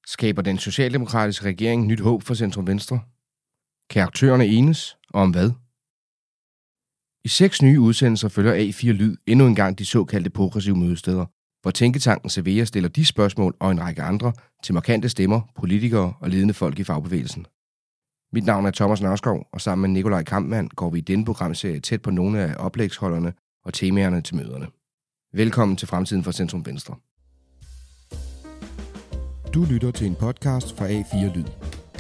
Skaber den socialdemokratiske regering nyt håb for centrum-venstre? Kan aktørerne enes, og om hvad? I 6 nye udsendelser følger A4 Lyd endnu engang de såkaldte progressive mødesteder, hvor tænketanken Cevea stiller de spørgsmål og en række andre til markante stemmer, politikere og ledende folk i fagbevægelsen. Mit navn er Thomas Nørskov, og sammen med Nikolaj Kampmann går vi i denne programserie tæt på nogle af oplægsholderne og temaerne til møderne. Velkommen til Fremtiden for Centrum Venstre. Du lytter til en podcast fra A4 Lyd.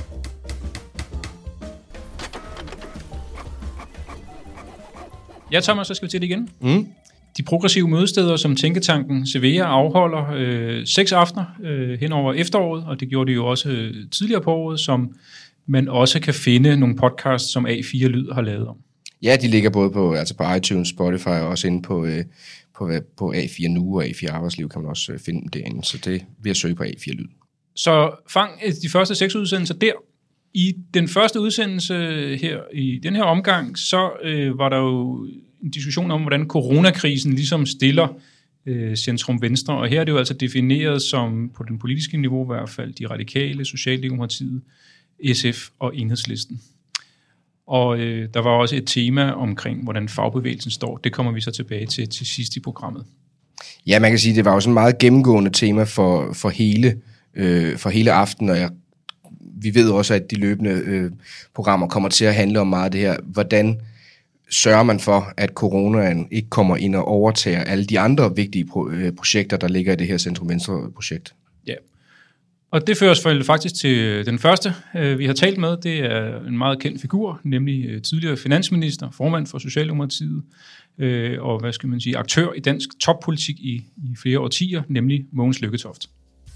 Ja, Thomas, så skal vi til det igen. De progressive mødesteder, som tænketanken Cevea afholder 6 aftener hen over efteråret, og det gjorde de jo også tidligere på året, som man også kan finde nogle podcasts, som A4 Lyd har lavet om. Ja, de ligger både på iTunes, Spotify og også inde på A4 Nu og A4 Arbejdsliv kan man også finde dem derinde, så det vil jeg søge på A4 Lyd. Så fang de første 6 udsendelser der. I den første udsendelse her, i den her omgang, så var der jo en diskussion om, hvordan coronakrisen ligesom stiller centrum venstre, og her er det jo altså defineret som, på den politiske niveau i hvert fald, de radikale, Socialdemokratiet, SF og Enhedslisten. Og der var også et tema omkring, hvordan fagbevægelsen står. Det kommer vi så tilbage til sidst i programmet. Ja, man kan sige, det var jo sådan et meget gennemgående tema for hele aftenen, og vi ved også, at de løbende programmer kommer til at handle om meget af det her. Hvordan sørger man for, at coronaen ikke kommer ind og overtager alle de andre vigtige projekter, der ligger i det her centrum-venstre-projekt? Ja, og det fører os faktisk til den første, vi har talt med. Det er en meget kendt figur, nemlig tidligere finansminister, formand for Socialdemokratiet, og hvad skal man sige, aktør i dansk toppolitik i flere årtier, nemlig Mogens Lykketoft.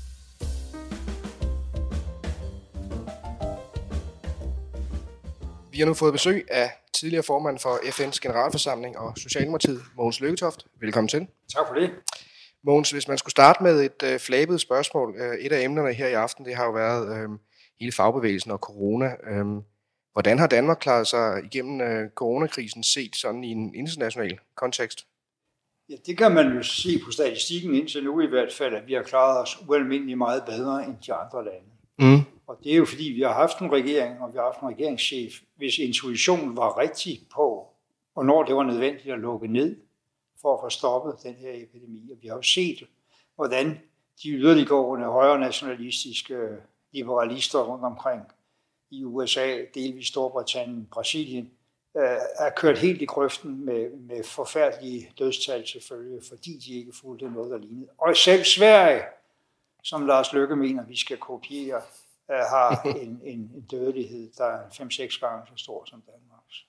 Vi har nu fået besøg af tidligere formand for FN's generalforsamling og Socialdemokratiet, Mogens Lykketoft. Velkommen til. Tak for det. Mogens, hvis man skulle starte med et flabet spørgsmål. Et af emnerne her i aften, det har jo været hele fagbevægelsen og corona. Hvordan har Danmark klaret sig igennem coronakrisen set sådan i en international kontekst? Ja, det kan man jo se på statistikken indtil nu i hvert fald, at vi har klaret os ualmindeligt meget bedre end de andre lande. Og det er jo fordi, vi har haft en regering, og vi har haft en regeringschef, hvis intuition var rigtig på, hvornår det var nødvendigt at lukke ned for at få stoppet den her epidemi. Og vi har jo set, hvordan de yderliggående højre nationalistiske liberalister rundt omkring i USA, delvis Storbritannien, Brasilien, er kørt helt i grøften med forfærdelige dødstal til følge, fordi de ikke fulgte noget, der lignede. Og selv Sverige, som Lars Løkke mener, vi skal kopiere, har en dødelighed, der er 5-6 gange så stor som Danmarks.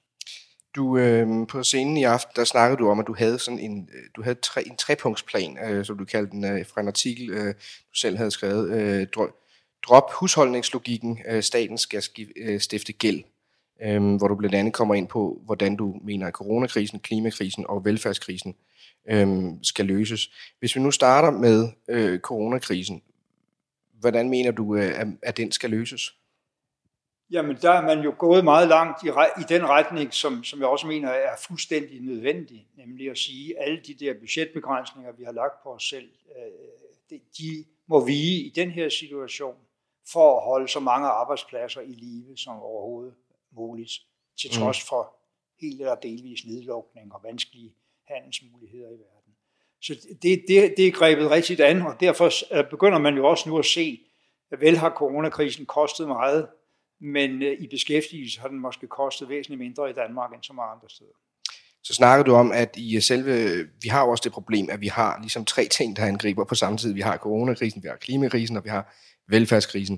Du på scenen i aften, der snakkede du om, at du havde sådan en trepunktsplan, som du kaldte den, fra en artikel, du selv havde skrevet. Drop husholdningslogikken, staten skal stifte gæld, hvor du blandt andet kommer ind på, hvordan du mener, at coronakrisen, klimakrisen og velfærdskrisen skal løses. Hvis vi nu starter med coronakrisen, hvordan mener du, at den skal løses? Jamen, der er man jo gået meget langt i den retning, som jeg også mener er fuldstændig nødvendig, nemlig at sige, at alle de der budgetbegrænsninger, vi har lagt på os selv, de må vige i den her situation for at holde så mange arbejdspladser i live som overhovedet muligt, til trods for helt eller delvis nedlukning og vanskelige handelsmuligheder i verden. Så det er grebet rigtigt an, og derfor begynder man jo også nu at se, at vel har coronakrisen kostet meget, men i beskæftigelse har den måske kostet væsentligt mindre i Danmark end så mange andre steder. Så snakker du om, at vi har også det problem, at vi har ligesom 3 ting, der angriber på samme tid. Vi har coronakrisen, vi har klimakrisen, og vi har velfærdskrisen.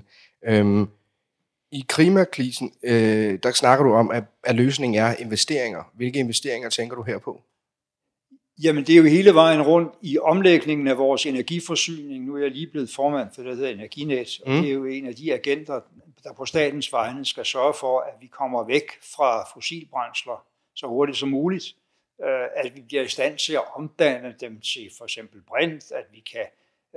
I klimakrisen, der snakker du om, at løsningen er investeringer. Hvilke investeringer tænker du her på? Jamen, det er jo hele vejen rundt i omlægningen af vores energiforsyning. Nu er jeg lige blevet formand for det, der hedder Energinet, og det er jo en af de agenter, der på statens vegne skal sørge for, at vi kommer væk fra fossilbrændsler så hurtigt som muligt, at vi bliver i stand til at omdanne dem til for eksempel brint, at vi kan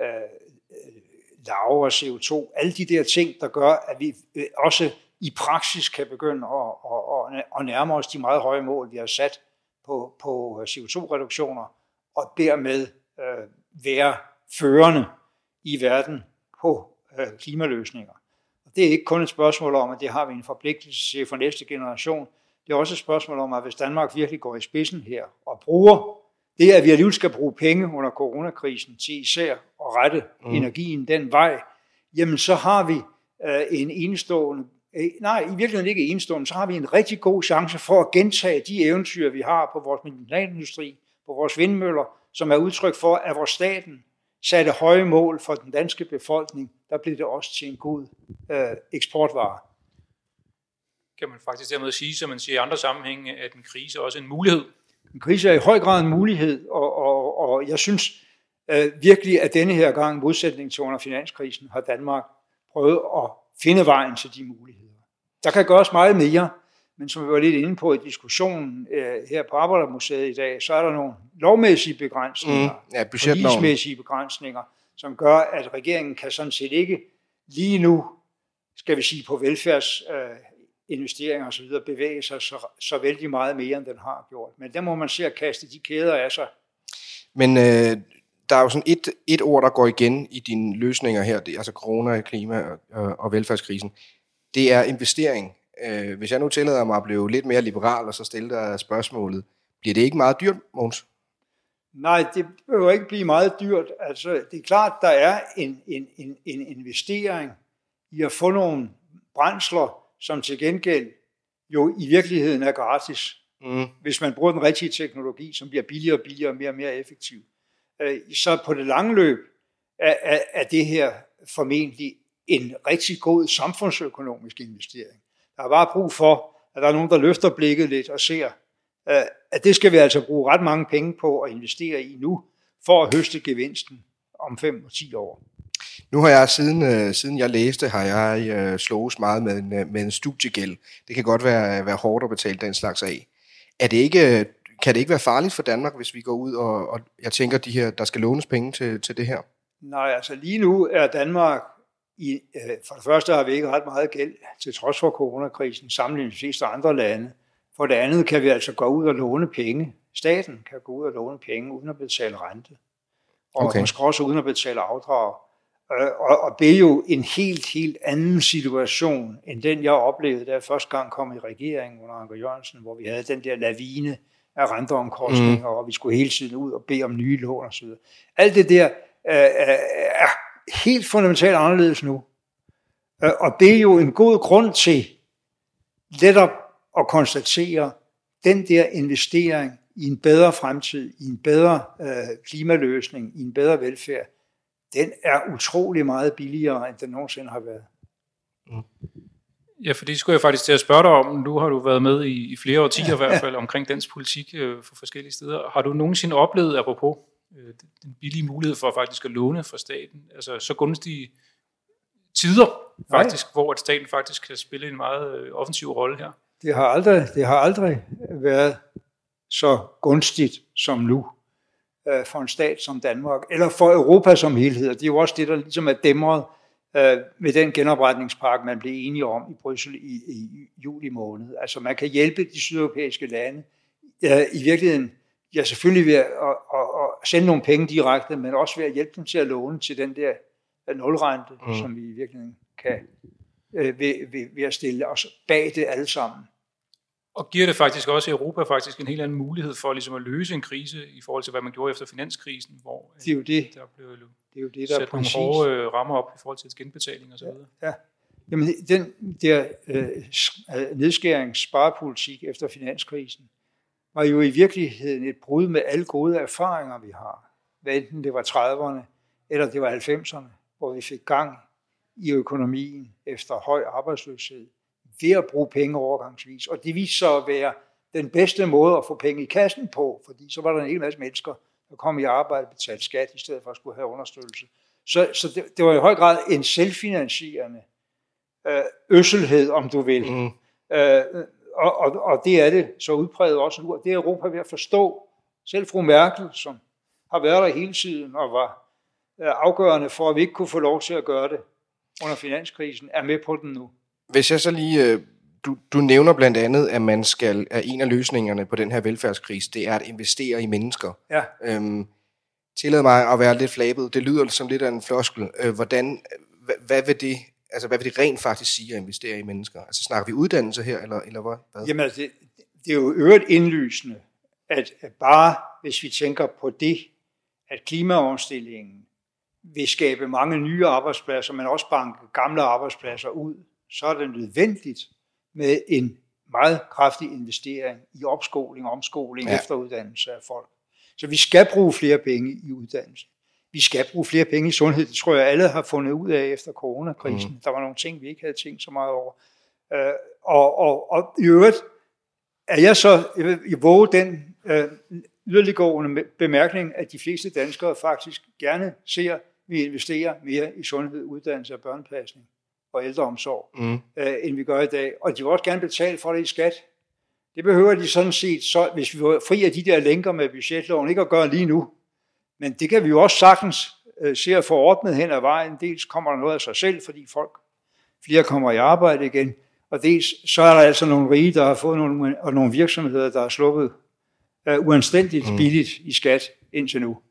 lagre CO2, alle de der ting, der gør, at vi også i praksis kan begynde at nærme os de meget høje mål, vi har sat på CO2-reduktioner, og dermed være førende i verden på klimaløsninger. Og det er ikke kun et spørgsmål om, at det har vi en forpligtelse til for næste generation. Det er også et spørgsmål om, at hvis Danmark virkelig går i spidsen her og bruger det, at vi alligevel skal bruge penge under coronakrisen til især at rette energien den vej, jamen så har vi en enestående, nej, i virkeligheden ikke enestående, så har vi en rigtig god chance for at gentage de eventyr, vi har på vores medicinalindustri, på vores vindmøller, som er udtryk for, at vores staten satte høje mål for den danske befolkning, der blev det også til en god eksportvare. Kan man faktisk dermed sige, som man siger i andre sammenhænge, at en krise også er en mulighed? En krise er i høj grad en mulighed, og jeg synes virkelig, at denne her gang, modsætning til under finanskrisen, har Danmark prøvet at finde vejen til de muligheder. Der kan gøres meget mere, men som vi var lidt inde på i diskussionen her på Arbejdermuseet i dag, så er der nogle lovmæssige begrænsninger, budgetmæssige begrænsninger, som gør, at regeringen kan sådan set ikke lige nu, skal vi sige, på velfærdsinvesteringer og så videre, bevæge sig så vældig meget mere, end den har gjort. Men der må man se at kaste de kæder af sig. Men der er jo sådan et ord, der går igen i dine løsninger her, det er altså corona, klima og velfærdskrisen. Det er investering. Hvis jeg nu tillader mig at blive lidt mere liberal, og så stille dig spørgsmålet, bliver det ikke meget dyrt, Mogens? Nej, det behøver ikke blive meget dyrt. Altså, det er klart, der er en investering i at få nogle brændsler, som til gengæld jo i virkeligheden er gratis. Hvis man bruger den rigtige teknologi, som bliver billigere og billigere og mere og mere effektiv. Så på det lange løb er det her formentlig en rigtig god samfundsøkonomisk investering. Der er bare brug for, at der er nogen, der løfter blikket lidt og ser, at det skal vi altså bruge ret mange penge på at investere i nu, for at høste gevinsten om 5 og 10 år. Nu har jeg, siden jeg læste, har jeg slås meget med en studiegæld. Det kan godt være hårdt at betale den slags af. Kan det ikke være farligt for Danmark, hvis vi går ud og jeg tænker, der skal lånes penge til det her? Nej, altså lige nu er Danmark, for det første har vi ikke ret meget gæld, til trods for coronakrisen, sammenlignet med de fleste andre lande. For det andet kan vi altså gå ud og låne penge. Staten kan gå ud og låne penge uden at betale rente. Og måske også uden at betale afdrag. Og det er jo en helt anden situation, end den jeg oplevede, da jeg første gang kom i regeringen under Anker Jørgensen, hvor vi havde den der lavine af renteomkostninger, og vi skulle hele tiden ud og bede om nye lån osv. Alt det der er helt fundamentalt anderledes nu. Og det er jo en god grund til netop at konstatere, den der investering i en bedre fremtid, i en bedre klimaløsning, i en bedre velfærd, den er utrolig meget billigere, end den nogensinde har været. Ja, for det skulle jeg faktisk til at spørge dig om. Nu har du været med i flere årtier i hvert fald omkring dansk politik for forskellige steder. Har du nogensinde oplevet, apropos den billige mulighed for faktisk at låne fra staten, altså så gunstige tider faktisk, hvor staten faktisk kan spille en meget offensiv rolle her? Det har aldrig været så gunstigt som nu for en stat som Danmark, eller for Europa som helhed. Det er jo også det, der ligesom er dæmret med den genopretningspakke, man blev enige om i Bruxelles i juli måned. Altså man kan hjælpe de sydeuropæiske lande i virkeligheden, ja selvfølgelig ved at sende nogle penge direkte, men også ved at hjælpe dem til at låne til den der nulrente, som vi i virkeligheden kan ved at stille os bag det alle sammen. Og giver det faktisk også Europa faktisk en helt anden mulighed for ligesom at løse en krise i forhold til, hvad man gjorde efter finanskrisen, hvor det er jo det. Der blev sat nogle hårde rammer op i forhold til genbetaling og så videre. Ja. Jamen, den der nedskæringssparepolitik efter finanskrisen var jo i virkeligheden et brud med alle gode erfaringer, vi har. Hvad enten det var 30'erne eller det var 90'erne, hvor vi fik gang i økonomien efter høj arbejdsløshed, ved at bruge penge overgangsvis. Og det viste sig at være den bedste måde at få penge i kassen på, fordi så var der en hel masse mennesker, der kom i arbejde og betalte skat, i stedet for at skulle have understøttelse. Så det var i høj grad en selvfinansierende øsselhed, om du vil. Og det er det så udpræget også nu, og det er Europa ved at forstå. Selv fru Merkel, som har været der hele tiden og var afgørende for, at vi ikke kunne få lov til at gøre det under finanskrisen, er med på den nu. Hvis jeg så lige, du nævner blandt andet, at man skal, at en af løsningerne på den her velfærdskrise, det er at investere i mennesker. Ja. Tillad mig at være lidt flabet. Det lyder som lidt af en floskel. hvad vil det rent faktisk sige at investere i mennesker? Altså snakker vi uddannelse her, eller hvad? Jamen, det er jo øvrigt indlysende, at bare hvis vi tænker på det, at klimaomstillingen vil skabe mange nye arbejdspladser, men også banke gamle arbejdspladser ud, så er det nødvendigt med en meget kraftig investering i omskoling, efteruddannelse af folk. Så vi skal bruge flere penge i uddannelse. Vi skal bruge flere penge i sundhed. Det tror jeg, alle har fundet ud af efter coronakrisen. Der var nogle ting, vi ikke havde tænkt så meget over. Og i øvrigt er jeg så i våge den yderliggående bemærkning, at de fleste danskere faktisk gerne ser, at vi investerer mere i sundhed, uddannelse og børnepasning og ældreomsorg, end vi gør i dag. Og de vil også gerne betale for det i skat. Det behøver de sådan set, så, hvis vi var fri af de der lænker med budgetloven, ikke at gøre lige nu. Men det kan vi jo også sagtens se at få ordnet hen ad vejen. Dels kommer der noget af sig selv, fordi flere kommer i arbejde igen. Og dels så er der altså nogle rige, der har fået nogle virksomheder, der har sluppet uanstændigt billigt i skat indtil nu.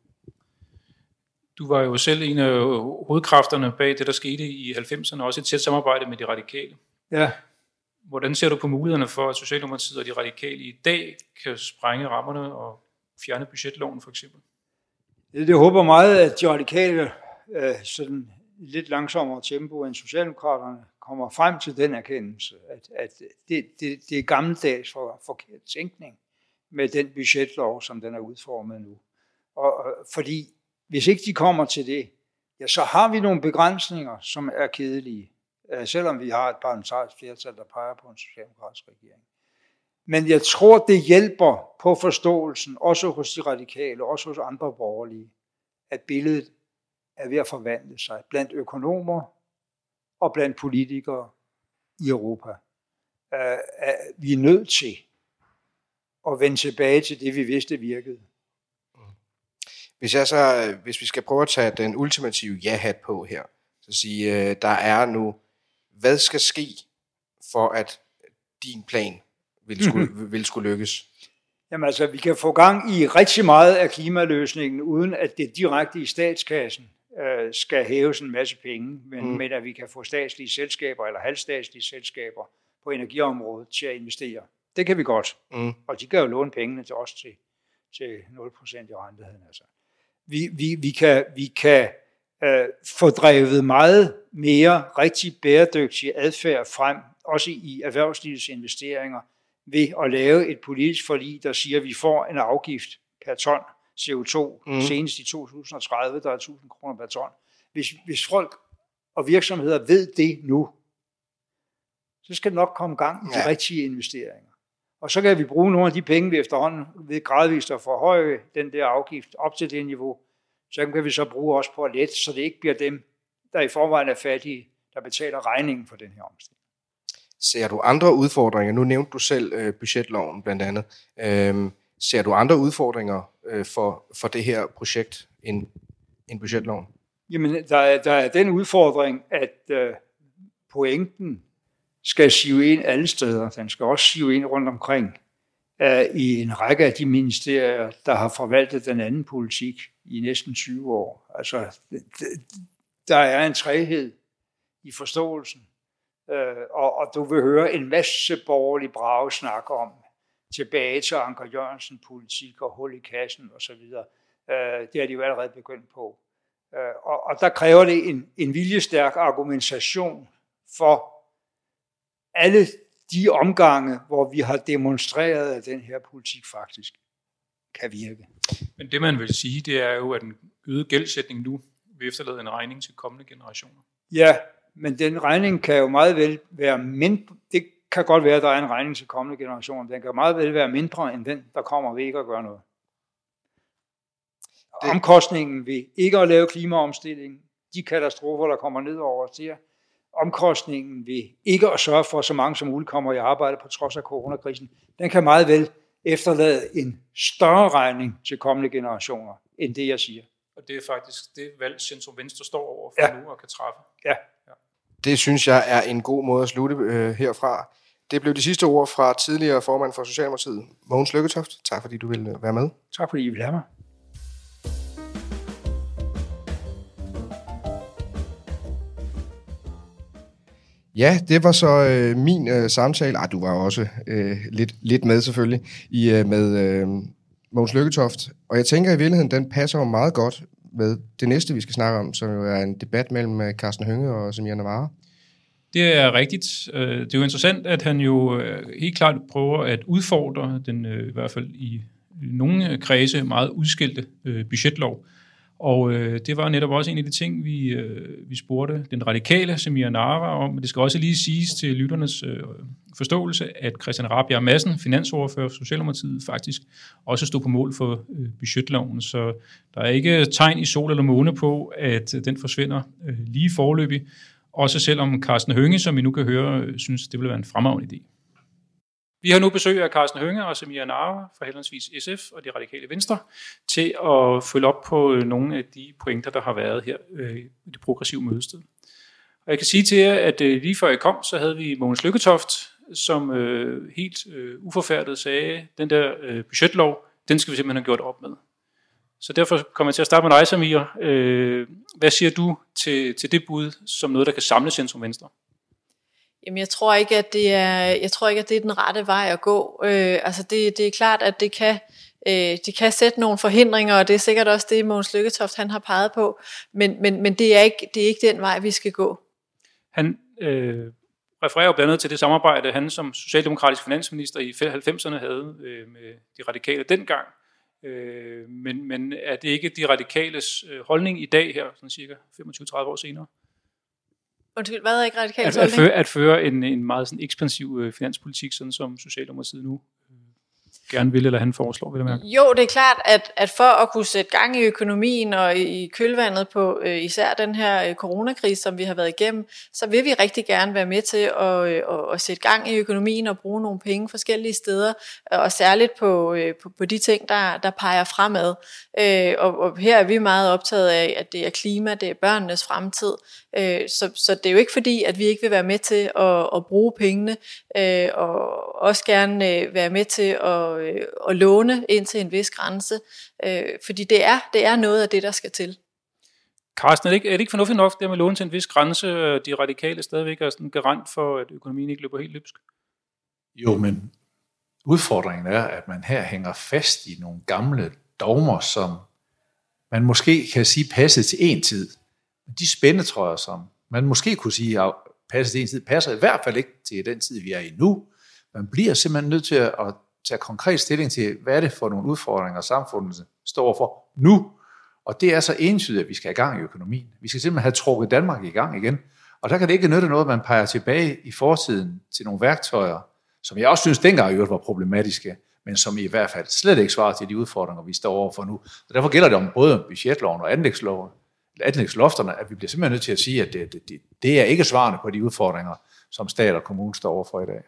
Du var jo selv en af hovedkræfterne bag det, der skete i 90'erne, også et tæt samarbejde med de radikale. Ja. Hvordan ser du på mulighederne for, at Socialdemokratiet og de radikale i dag kan sprænge rammerne og fjerne budgetloven for eksempel? Jeg håber meget, at de radikale sådan lidt langsommere tempo end Socialdemokraterne kommer frem til den erkendelse, at det er gammeldags for forkert tænkning med den budgetlov, som den er udformet nu. Og fordi hvis ikke de kommer til det, ja, så har vi nogle begrænsninger, som er kedelige, selvom vi har et parlamentarisk flertal, der peger på en socialdemokratisk regering. Men jeg tror, det hjælper på forståelsen, også hos de radikale, også hos andre borgerlige, at billedet er ved at forvandle sig blandt økonomer og blandt politikere i Europa. Vi er nødt til at vende tilbage til det, vi vidste virkede. Hvis vi skal prøve at tage den ultimative ja-hat på her, så sige, der er nu, hvad skal ske for at din plan vil skulle lykkes? Jamen altså, vi kan få gang i rigtig meget af klimaløsningen, uden at det direkte i statskassen skal hæves en masse penge, men at vi kan få statslige selskaber eller halvstatslige selskaber på energiområdet til at investere. Det kan vi godt. Og de kan jo låne pengene til os til 0% i renteheden. Altså. Vi kan få drevet meget mere rigtig bæredygtig adfærd frem, også i erhvervslivets investeringer, ved at lave et politisk forlig, der siger, at vi får en afgift per ton CO2 senest i 2030, der er 1.000 kroner per ton. Hvis folk og virksomheder ved det nu, så skal det nok komme gang i de rigtige investeringer. Og så kan vi bruge nogle af de penge, vi efterhånden ved gradvist at forhøje den der afgift op til det niveau. Så kan vi så bruge også på at lette, så det ikke bliver dem, der i forvejen er fattige, der betaler regningen for den her omstilling. Ser du andre udfordringer? Nu nævnte du selv budgetloven blandt andet. Ser du andre udfordringer for det her projekt end budgetloven? Jamen, der er den udfordring, at pointen skal sive ind alle steder. Den skal også sive ind rundt omkring i en række af de ministerier, der har forvaltet den anden politik i næsten 20 år. Altså, der er en træghed i forståelsen. Og du vil høre en masse borgerlig brage snakke om tilbage til Anker Jørgensen politik og hul i kassen osv. Det er de jo allerede begyndt på. Og der kræver det en viljestærk argumentation for alle de omgange, hvor vi har demonstreret, at den her politik faktisk kan virke. Men det man vil sige, det er jo, at en øget gældsætning nu vil efterlade en regning til kommende generationer. Ja, men den regning kan jo meget vel være mindre. Det kan godt være, at der er en regning til kommende generationer. Den kan meget vel være mindre end den, der kommer ved ikke at gøre noget. Omkostningen ved ikke at lave klimaomstilling, de katastrofer, der kommer ned over os der, omkostningen ved ikke at sørge for, at så mange som muligt kommer i arbejde på trods af coronakrisen, den kan meget vel efterlade en større regning til kommende generationer, end det jeg siger. Og det er faktisk det valg, Centrum Venstre står over for nu og kan træffe. Ja. Det synes jeg er en god måde at slutte herfra. Det blev de sidste ord fra tidligere formand for Socialdemokratiet, Mogens Lykketoft. Tak fordi du ville være med. Tak fordi I ville have mig. Ja, det var så min samtale. Du var også lidt med selvfølgelig, med Mogens Lykketoft. Og jeg tænker i virkeligheden, den passer jo meget godt med det næste, vi skal snakke om, som jo er en debat mellem Karsten Hønge og Samira Nawa. Det er rigtigt. Det er jo interessant, at han jo helt klart prøver at udfordre den, i hvert fald i nogle kredse, meget udskilte budgetlov. Og det var netop også en af de ting, vi spurgte den radikale Samira Nawa om. Men det skal også lige siges til lytternes forståelse, at Christian Rabjerg Madsen, finansordfører for Socialdemokratiet, faktisk også stod på mål for budgetloven. Så der er ikke tegn i sol eller måne på, at den forsvinder lige foreløbig. Også selvom Karsten Hønge, som vi nu kan høre, synes, det vil være en fremragende idé. Vi har nu besøg af Karsten Hønge og Samira Nawa fra henholdsvis SF og Det Radikale Venstre til at følge op på nogle af de pointer, der har været her i det progressive mødested. Og jeg kan sige til jer, at lige før jeg kom, så havde vi Mogens Lykketoft, som helt uforfærdet sagde, den der budgetlov, den skal vi simpelthen have gjort op med. Så derfor kommer jeg til at starte med dig, Samira. Hvad siger du til det bud som noget, der kan samle centrum venstre? Jamen, jeg tror ikke, at det er den rette vej at gå. Altså det er klart, at det kan sætte nogle forhindringer, og det er sikkert også det, Mogens Lykketoft han har peget på. Men det er ikke den vej, vi skal gå. Han refererer jo blandt andet til det samarbejde, han som socialdemokratisk finansminister i 90'erne havde med de radikale dengang. Men er det ikke de radikales holdning i dag her, sådan cirka 25-30 år senere? Undskyld, hvad er ikke radikales holdning? At føre en meget sådan ekspansiv finanspolitik, sådan som Socialdemokratiet nu gerne vil, eller han foreslår, vil jeg mærke. Jo, det er klart, at for at kunne sætte gang i økonomien og i kølvandet på især den her coronakrise, som vi har været igennem, så vil vi rigtig gerne være med til at sætte gang i økonomien og bruge nogle penge forskellige steder, og særligt på de ting, der peger fremad. Og her er vi meget optaget af, at det er klima, det er børnenes fremtid. Så det er jo ikke fordi, at vi ikke vil være med til at bruge pengene, og også gerne være med til at låne ind til en vis grænse, fordi det er noget af det, der skal til. Karsten, er det ikke fornuftigt nok, det med at låne til en vis grænse, de radikale stadigvæk er sådan en garant for, at økonomien ikke løber helt løbsk? Jo, men udfordringen er, at man her hænger fast i nogle gamle dogmer, som man måske kan sige passede til en tid. De spændetrøjer, som man måske kunne sige passer til en tid, passer i hvert fald ikke til den tid, vi er i nu. Man bliver simpelthen nødt til at tage konkret stilling til, hvad er det for nogle udfordringer, samfundet står for nu. Og det er så entydigt, at vi skal have gang i økonomien. Vi skal simpelthen have trukket Danmark i gang igen. Og der kan det ikke nytte noget, at man peger tilbage i fortiden til nogle værktøjer, som jeg også synes dengang var problematiske, men som i hvert fald slet ikke svarer til de udfordringer, vi står overfor nu. Og derfor gælder det om både budgetloven og anlægslofterne, at vi bliver simpelthen nødt til at sige, at det er ikke svarende på de udfordringer, som stat og kommune står overfor i dag.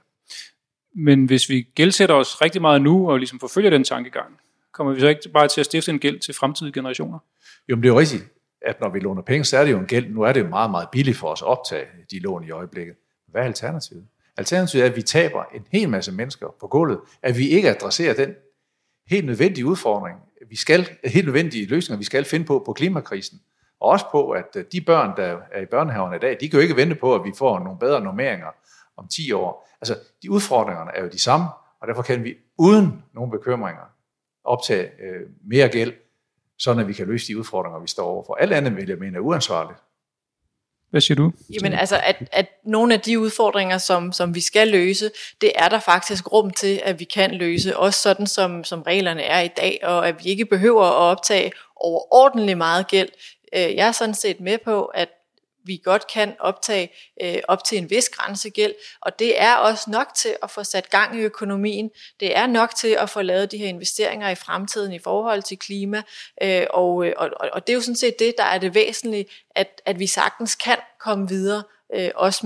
Men hvis vi gældsætter os rigtig meget nu, og ligesom forfølger den tankegang, kommer vi så ikke bare til at stifte en gæld til fremtidige generationer? Jo, men det er jo rigtigt, at når vi låner penge, så er det jo en gæld. Nu er det jo meget, meget billigt for os at optage de lån i øjeblikket. Hvad er alternativet? Alternativet er, at vi taber en hel masse mennesker på gulvet, at vi ikke adresserer den helt nødvendige udfordring, helt nødvendige løsninger, vi skal finde på klimakrisen. Og også på, at de børn, der er i børnehaverne i dag, de kan jo ikke vente på, at vi får nogle bedre normeringer om 10 år. Altså, de udfordringerne er jo de samme, og derfor kan vi uden nogen bekymringer optage mere gæld, sådan at vi kan løse de udfordringer, vi står overfor. Alt andet vil jeg mene er uansvarligt. Hvad siger du? Jamen altså, at nogle af de udfordringer, som vi skal løse, det er der faktisk rum til, at vi kan løse, også sådan som reglerne er i dag, og at vi ikke behøver at optage overordentligt meget gæld. Jeg er sådan set med på, at vi godt kan optage op til en vis grænse gæld, og det er også nok til at få sat gang i økonomien. Det er nok til at få lavet de her investeringer i fremtiden i forhold til klima, og det er jo sådan set det, der er det væsentlige, at vi sagtens kan komme videre, også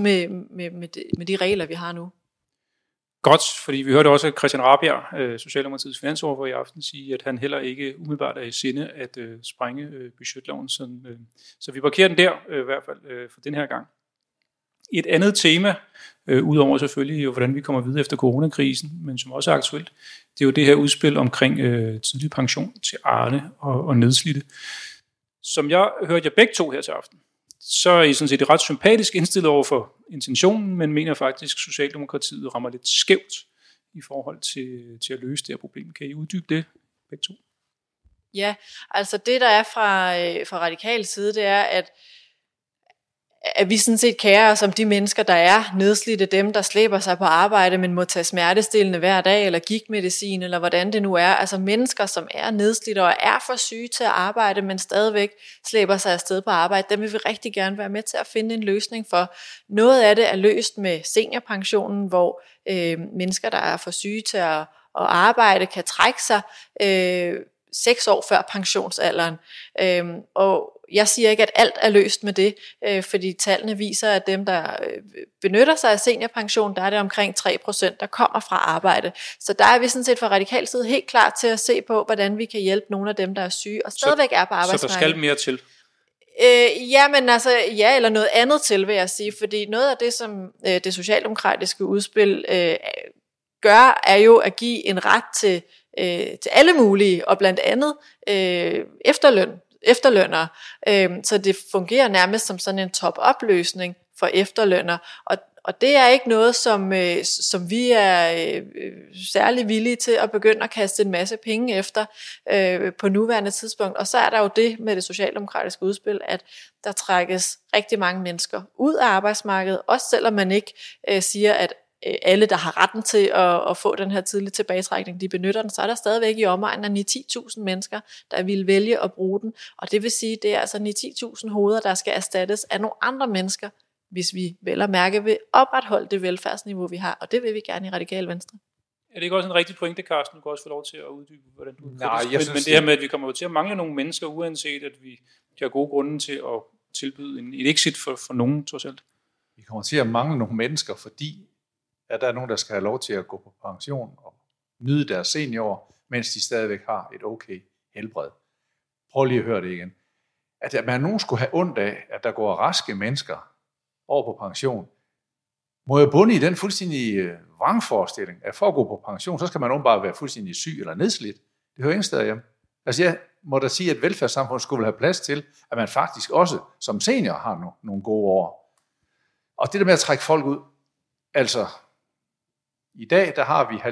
med de regler, vi har nu. Godt, fordi vi hørte også Christian Rabjerg, Socialdemokratiets finansordfører i aften, sige, at han heller ikke umiddelbart er i sinde at sprænge budgetloven. Så vi parkerer den der, i hvert fald for den her gang. Et andet tema, udover selvfølgelig, hvordan vi kommer videre efter coronakrisen, men som også er aktuelt, det er jo det her udspil omkring tidlig pension til Arne og nedslidte. Som jeg hørte jer begge to her til aften, så er I sådan set ret sympatisk indstillet over for intentionen, men mener faktisk, at Socialdemokratiet rammer lidt skævt i forhold til at løse det her problem. Kan I uddybe det, begge to? Ja, altså det, der er fra radikal side, det er, at vi sådan set kærer os om de mennesker, der er nedslidte, dem, der slæber sig på arbejde, men må tage smertestillende hver dag, eller gigtmedicin, eller hvordan det nu er. Altså mennesker, som er nedslidte og er for syge til at arbejde, men stadigvæk slæber sig afsted på arbejde, dem vil vi rigtig gerne være med til at finde en løsning for. Noget af det er løst med seniorpensionen, hvor mennesker, der er for syge til at arbejde, kan trække sig 6 år før pensionsalderen. Og jeg siger ikke, at alt er løst med det, fordi tallene viser, at dem, der benytter sig af seniorpension, der er det omkring 3%, der kommer fra arbejde. Så der er vi sådan set fra radikal side helt klar til at se på, hvordan vi kan hjælpe nogle af dem, der er syge og stadigvæk er på arbejdsmarkedet. Så der skal mere til? Eller noget andet til, vil jeg sige, fordi noget af det, som det socialdemokratiske udspil gør, er jo at give en ret til alle mulige, og blandt andet efterlønnere. Så det fungerer nærmest som sådan en top-up-løsning for efterlønnere. Og det er ikke noget, som vi er særlig villige til at begynde at kaste en masse penge efter på nuværende tidspunkt. Og så er der jo det med det socialdemokratiske udspil, at der trækkes rigtig mange mennesker ud af arbejdsmarkedet, også selvom man ikke siger, at alle, der har retten til at få den her tidlige tilbagetrækning, de benytter den, så er der stadigvæk i omegnen af 9-10.000 mennesker, der vil vælge at bruge den. Og det vil sige, det er altså 9-10.000 hoveder, der skal erstattes af nogle andre mennesker, hvis vi vel at mærke vil opretholde det velfærdsniveau, vi har. Og det vil vi gerne i Radikale Venstre. Er det ikke også en rigtig pointe, Carsten? Du kan også få lov til at uddybe, hvordan du synes, men det her med, at vi kommer til at mangle nogle mennesker, uanset at vi har gode grunde til at tilbyde en exit for nogen, trods alt. Vi kommer til at mangle nogle mennesker, fordi at der er nogen, der skal have lov til at gå på pension og nyde deres seniorår, mens de stadigvæk har et okay helbred. Prøv lige at høre det igen. At man nogen skulle have ondt af, at der går raske mennesker over på pension, må jo bunde i den fuldstændig vrangforestilling, at for at gå på pension, så skal man bare være fuldstændig syg eller nedslidt. Det hører ingen steder hjem. Altså jeg må da sige, at velfærdssamfundet skulle have plads til, at man faktisk også som senior har nogle gode år. Og det der med at trække folk ud, altså i dag, der har vi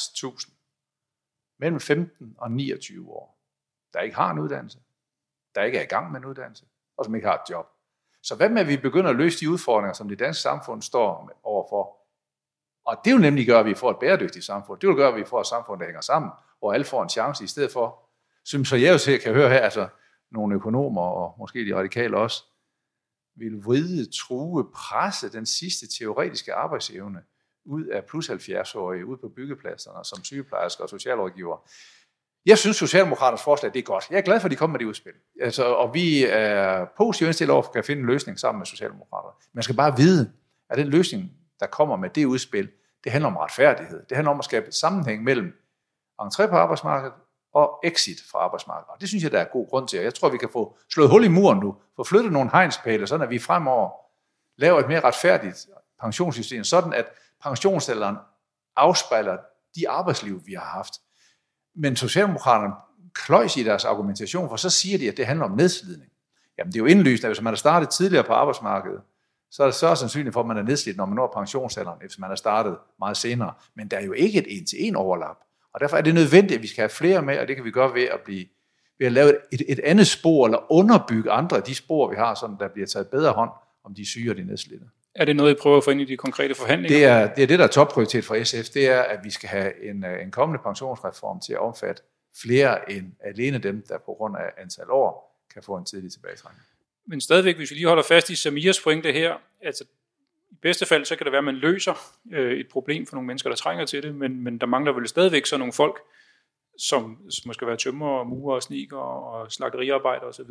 70.000 mellem 15 og 29 år, der ikke har en uddannelse, der ikke er i gang med en uddannelse, og som ikke har et job. Så hvad med, at vi begynder at løse de udfordringer, som det danske samfund står overfor? Og det vil nemlig gøre, at vi får et bæredygtigt samfund. Det vil gøre, at vi får et samfund, der hænger sammen, hvor alle får en chance i stedet for. Som så jeg jo kan høre her, altså nogle økonomer, og måske de radikale også, vil vride, true, presse den sidste teoretiske arbejdsevne ud af plus 70-årige, ud på byggepladserne, som sygeplejersker og socialrådgivere. Jeg synes, Socialdemokraternes forslag, det er godt. Jeg er glad for, at de kommer med det udspil. Altså, og vi er positivt indstillet over, at vi kan finde en løsning sammen med Socialdemokraterne. Man skal bare vide, at den løsning, der kommer med det udspil, det handler om retfærdighed. Det handler om at skabe et sammenhæng mellem entré på arbejdsmarkedet og exit fra arbejdsmarkedet. Og det synes jeg, der er god grund til. Jeg tror, vi kan få slået hul i muren nu, få flyttet nogle hegnspæle, sådan at vi fremover laver et mere retfærdigt pensionssystem, sådan at pensionsalderen afspejler de arbejdsliv, vi har haft. Men Socialdemokraterne kløjs i deres argumentation, for så siger de, at det handler om nedslidning. Jamen det er jo indlysende, at hvis man har startet tidligere på arbejdsmarkedet, så er det så sandsynligt for, at man er nedslidt, når man når pensionsalderen, hvis man er startet meget senere. Men der er jo ikke et en-til-en overlap. Og derfor er det nødvendigt, at vi skal have flere med, og det kan vi gøre ved at lave et andet spor, eller underbygge andre af de spor, vi har, så der bliver taget bedre hånd om de syge og de nedslidte. Er det noget, I prøver at få ind i de konkrete forhandlinger? Det er det, der er topprioritet for SF, det er, at vi skal have en kommende pensionsreform til at omfatte flere end alene dem, der på grund af antal år kan få en tidlig tilbagetrækning. Men stadigvæk, hvis vi lige holder fast i Samirs pointe her, altså i bedste fald, så kan det være, at man løser et problem for nogle mennesker, der trænger til det, men der mangler vel stadigvæk så nogle folk, som skal være tømrer, murer, sniker og slagteriarbejder osv.,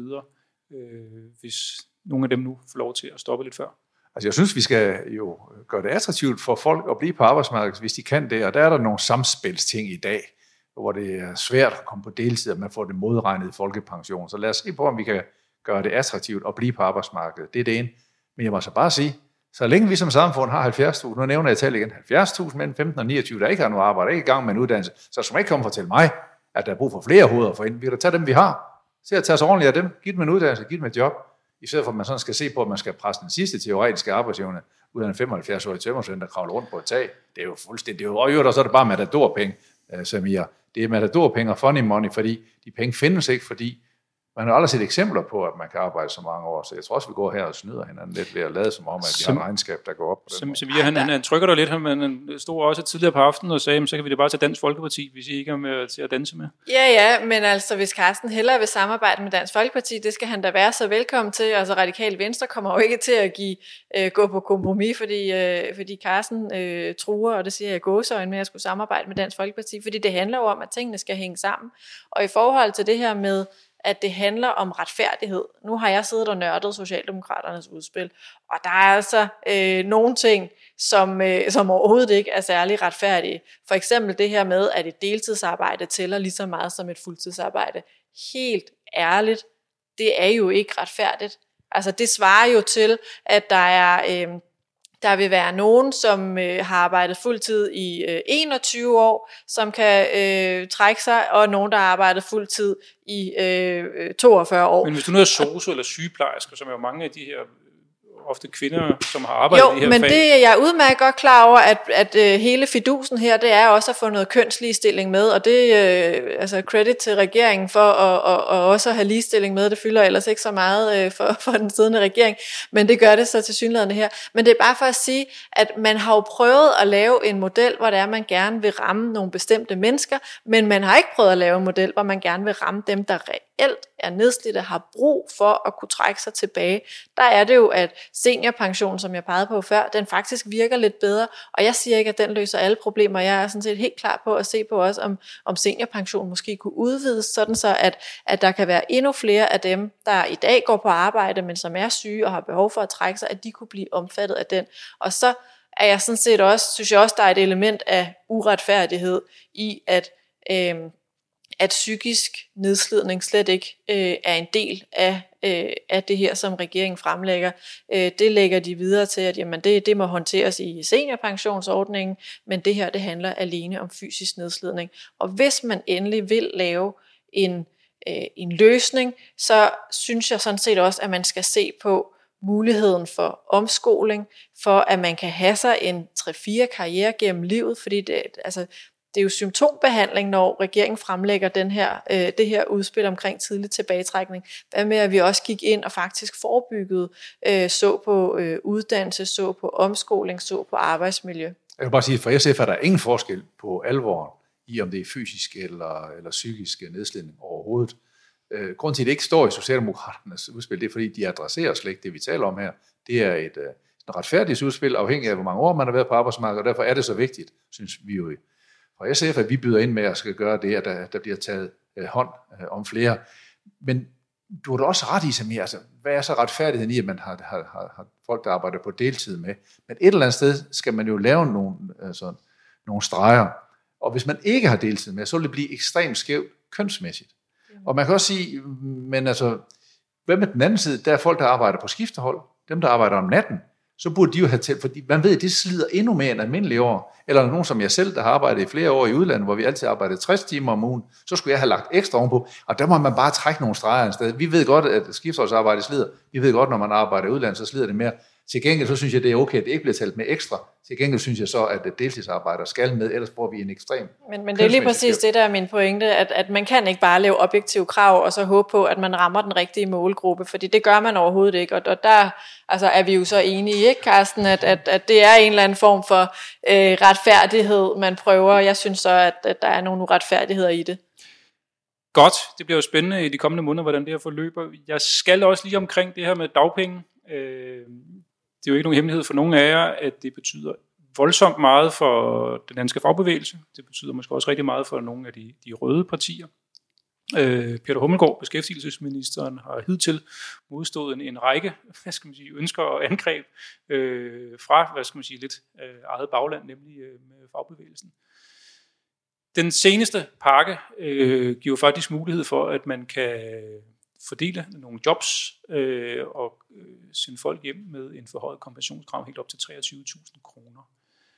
hvis nogle af dem nu får lov til at stoppe lidt før. Altså jeg synes, vi skal jo gøre det attraktivt for folk at blive på arbejdsmarkedet, hvis de kan det, og der er der nogle samspilsting i dag, hvor det er svært at komme på deltid, at man får det modregnet i folkepension. Så lad os se på, om vi kan gøre det attraktivt at blive på arbejdsmarkedet. Det er det ene. Men jeg må så bare sige, så længe vi som samfund har 70.000, nu nævner jeg tallet igen, 70.000 mellem 15 og 29, der ikke har noget arbejde, ikke i gang med en uddannelse, så skal man ikke komme og fortælle mig, at der er brug for flere hoveder for inden. Vi kan da tage dem, vi har. Se at tage os ordentligt af dem, giv dem en uddannelse, giv dem et job. I stedet for, at man sådan skal se på, at man skal presse den sidste teoretiske arbejdsevne ud af en 75-årig tømmersvend, der kravler rundt på et tag. Det er jo fuldstændig, det er jo, og så er det bare matadorpenge, Samir. Det er matadorpenge og funny money, fordi de penge findes ikke, fordi man har aldrig set eksempler på, at man kan arbejde så mange år, så jeg tror også, vi går her og snyder hinanden lidt ved at lade som om, at vi har en regnskab, der går op på den måde. Han trykker dig lidt, han stod også tidligere på aftenen og sagde, så kan vi det bare tage Dansk Folkeparti, hvis I ikke er med til at danse med. Ja, men altså, hvis Carsten hellere vil samarbejde med Dansk Folkeparti, det skal han da være så velkommen til. Altså, Radikale Venstre kommer jo ikke til at gå på kompromis, fordi Carsten truer, og det siger jeg gåseøjne med at skulle samarbejde med Dansk Folkeparti, fordi det handler jo om, at tingene skal hænge sammen. Og i forhold til det her med, at det handler om retfærdighed. Nu har jeg siddet og nørdet Socialdemokraternes udspil, og der er altså nogle ting, som overhovedet ikke er særlig retfærdige. For eksempel det her med, at et deltidsarbejde tæller lige så meget som et fuldtidsarbejde. Helt ærligt, det er jo ikke retfærdigt. Altså det svarer jo til, at der vil være nogen, som har arbejdet fuldtid i 21 år, som kan trække sig, og nogen, der har arbejdet fuldtid i 42 år. Men hvis du nu er sosu eller sygeplejersker, som er jo mange af de her ofte kvinder, som har arbejdet i de her fag. Jo, men det er jeg udmærket godt klar over, at hele fidusen her, det er også at få noget kønsligestilling med, og det altså credit til regeringen for at også have ligestilling med. Det fylder ellers ikke så meget for den siddende regering, men det gør det så tilsyneladende her. Men det er bare for at sige, at man har jo prøvet at lave en model, hvor det er, man gerne vil ramme nogle bestemte mennesker, men man har ikke prøvet at lave en model, hvor man gerne vil ramme dem, der reelt er nedslidte, har brug for at kunne trække sig tilbage. Der er det jo, at seniorpension, som jeg pegede på før, den faktisk virker lidt bedre, og jeg siger ikke, at den løser alle problemer. Jeg er sådan set helt klar på at se på også, om seniorpension måske kunne udvides, sådan så at der kan være endnu flere af dem, der i dag går på arbejde, men som er syge og har behov for at trække sig, at de kunne blive omfattet af den. Og så er jeg sådan set også, synes jeg også, der er et element af uretfærdighed i, at psykisk nedslidning slet ikke er en del af det her, som regeringen fremlægger. Det lægger de videre til, at jamen, det må håndteres i seniorpensionsordningen, men det her, det handler alene om fysisk nedslidning. Og hvis man endelig vil lave en løsning, så synes jeg sådan set også, at man skal se på muligheden for omskoling, for at man kan have sig en 3-4 karriere gennem livet, fordi det er jo symptombehandling, når regeringen fremlægger det her udspil omkring tidlig tilbagetrækning. Hvad med, at vi også gik ind og faktisk forebyggede, så på uddannelse, så på omskoling, så på arbejdsmiljø. Jeg kan bare sige, at for SF er der ingen forskel på alvoren i, om det er fysisk eller psykisk nedslidning overhovedet. Grunden til, at det ikke står i Socialdemokraternes udspil, det er, fordi de adresserer slet ikke det, vi taler om her. Det er et retfærdigt udspil, afhængig af, hvor mange år man har været på arbejdsmarkedet, og derfor er det så vigtigt, synes vi jo fra SF, at vi byder ind med at skal gøre det, at der bliver taget hånd om flere. Men du har da også ret i, Samir, altså, hvad er så retfærdigheden i, at man har folk, der arbejder på deltid med? Men et eller andet sted skal man jo lave nogle streger. Og hvis man ikke har deltid med, så vil det blive ekstremt skævt kønsmæssigt. Og man kan også sige, men altså, hvad med den anden side? Der er folk, der arbejder på skiftehold, dem, der arbejder om natten, så burde de jo have til, fordi man ved, at det slider endnu mere end almindelige år. Eller nogen som jeg selv, der har arbejdet i flere år i udlandet, hvor vi altid arbejdede 60 timer om ugen, så skulle jeg have lagt ekstra ovenpå, og der må man bare trække nogle streger et sted. Vi ved godt, at skifteholdsarbejde slider. Vi ved godt, når man arbejder i udlandet, så slider det mere. Til gengæld så synes jeg, det er okay, at det ikke bliver talt med ekstra. Til gengæld synes jeg så, at deltidsarbejdere skal med, ellers får vi en ekstrem. Men det er lige præcis det, der er min pointe, at man kan ikke bare lave objektive krav, og så håbe på, at man rammer den rigtige målgruppe, fordi det gør man overhovedet ikke. Og der altså, er vi jo så enige, ikke, Carsten, at det er en eller anden form for retfærdighed, man prøver. Jeg synes så, at der er nogle uretfærdigheder i det. Godt, det bliver jo spændende i de kommende måneder, hvordan det her forløber. Jeg skal også lige omkring det her med dagpenge. Det er jo ikke nogen hemmelighed for nogen af jer, at det betyder voldsomt meget for den danske fagbevægelse. Det betyder måske også rigtig meget for nogle af de røde partier. Peter Hummelgaard, beskæftigelsesministeren, har hidtil modstået en række ønsker og angreb fra lidt eget bagland, nemlig med fagbevægelsen. Den seneste pakke giver faktisk mulighed for, at man kan fordele nogle jobs og sende folk hjem med en forhøjet kompensationskrav helt op til 23.000 kroner.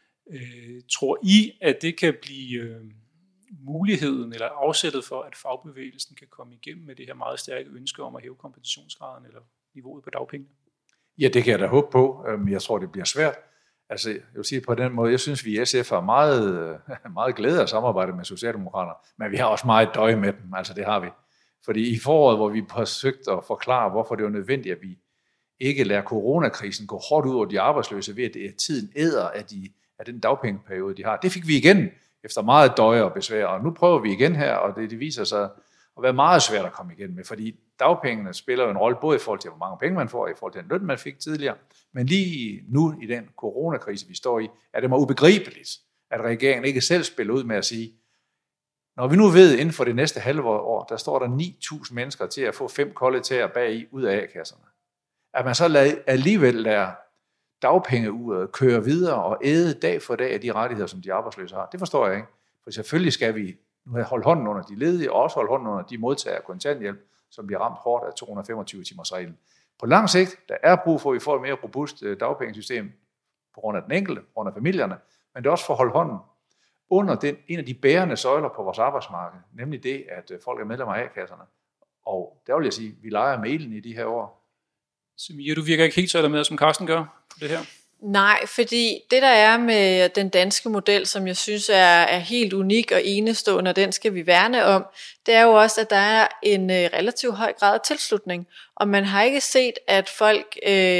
Tror I, at det kan blive muligheden eller afsættet for, at fagbevægelsen kan komme igennem med det her meget stærke ønske om at hæve kompensationsgraden, eller niveauet på dagpengene? Ja, det kan jeg da håbe på, men jeg tror, det bliver svært. Altså, jeg vil sige på den måde, jeg synes, vi i SF har meget glæde af samarbejde med Socialdemokraterne, men vi har også meget døje med dem, altså det har vi. Fordi i foråret, hvor vi forsøgte at forklare, hvorfor det var nødvendigt, at vi ikke lader coronakrisen gå hårdt ud over de arbejdsløse, ved at tiden æder af den dagpengeperiode, de har. Det fik vi igen efter meget døje og besvær, og nu prøver vi igen her, og det viser sig at være meget svært at komme igen med, fordi dagpengene spiller jo en rolle, både i forhold til, hvor mange penge man får, og i forhold til den løn, man fik tidligere, men lige nu i den coronakrise, vi står i, er det mig ubegribeligt, at regeringen ikke selv spiller ud med at sige, når vi nu ved, inden for det næste halve år, der står der 9.000 mennesker til at få 5 kolde tæer bag ud af A-kasserne, at man så alligevel lader dagpengeuret køre videre og æde dag for dag af de rettigheder, som de arbejdsløse har. Det forstår jeg ikke. For selvfølgelig skal vi nu holde hånden under de ledige, og også holde hånden under de modtagere af kontanthjælp, som bliver ramt hårdt af 225-timers-reglen. På lang sigt, der er brug for, at vi får et mere robust dagpengesystem på grund af den enkelte, på grund af familierne, men det er også for at holde hånden under en af de bærende søjler på vores arbejdsmarked, nemlig det, at folk er medlemmer af A-kasserne. Og der vil jeg sige, at vi leger med ilden i de her år. Samia, du virker ikke helt så med, som Carsten gør på det her. Nej, fordi det der er med den danske model, som jeg synes er helt unik og enestående, og den skal vi værne om, det er jo også, at der er en relativt høj grad af tilslutning. Og man har ikke set, at folk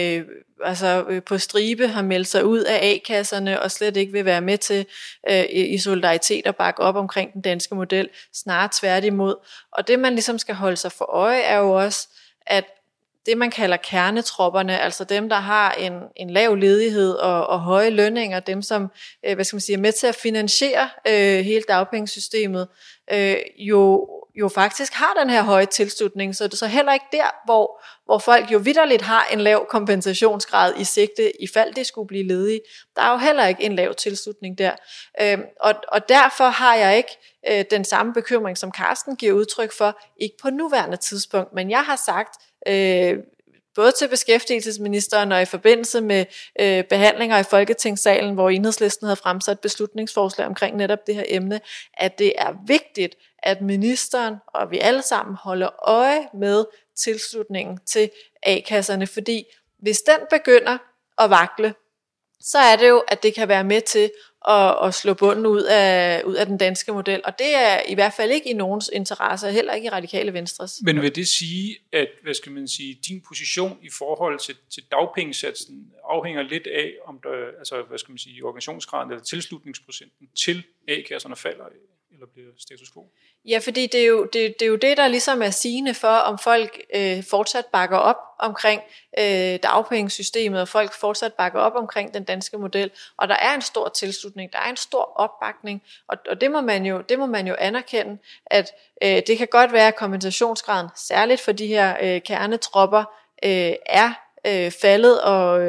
på stribe har meldt sig ud af A-kasserne og slet ikke vil være med til i solidaritet og bakke op omkring den danske model, snarere tværtimod. Og det man ligesom skal holde sig for øje er jo også, at det man kalder kernetropperne, altså dem der har en lav ledighed og høje lønninger, dem som er med til at finansiere hele dagpengesystemet, jo faktisk har den her høje tilslutning, så heller ikke der, hvor folk jo vitterligt har en lav kompensationsgrad i sigte, ifald de skulle blive ledige. Der er jo heller ikke en lav tilslutning der. Og derfor har jeg ikke den samme bekymring, som Carsten giver udtryk for, ikke på nuværende tidspunkt, men jeg har sagt, både til beskæftigelsesministeren og i forbindelse med behandlinger i Folketingssalen, hvor Enhedslisten havde fremsat beslutningsforslag omkring netop det her emne, at det er vigtigt, at ministeren og vi alle sammen holder øje med tilslutningen til A-kasserne, fordi hvis den begynder at vakle, så er det jo, at det kan være med til at slå bunden ud af den danske model, og det er i hvert fald ikke i nogens interesse, heller ikke i Radikale Venstres. Men vil det sige, at din position i forhold til dagpengesatsen afhænger lidt af, om der, organisationsgraden eller tilslutningsprocenten til A-kasserne falder eller bliver status quo? Ja, fordi det er jo det, der ligesom er sigende for, om folk fortsat bakker op omkring dagpengesystemet, og folk fortsat bakker op omkring den danske model. Og der er en stor tilslutning, der er en stor opbakning, og det må man jo anerkende, at det kan godt være, at kompensationsgraden, særligt for de her kernetropper, er faldet,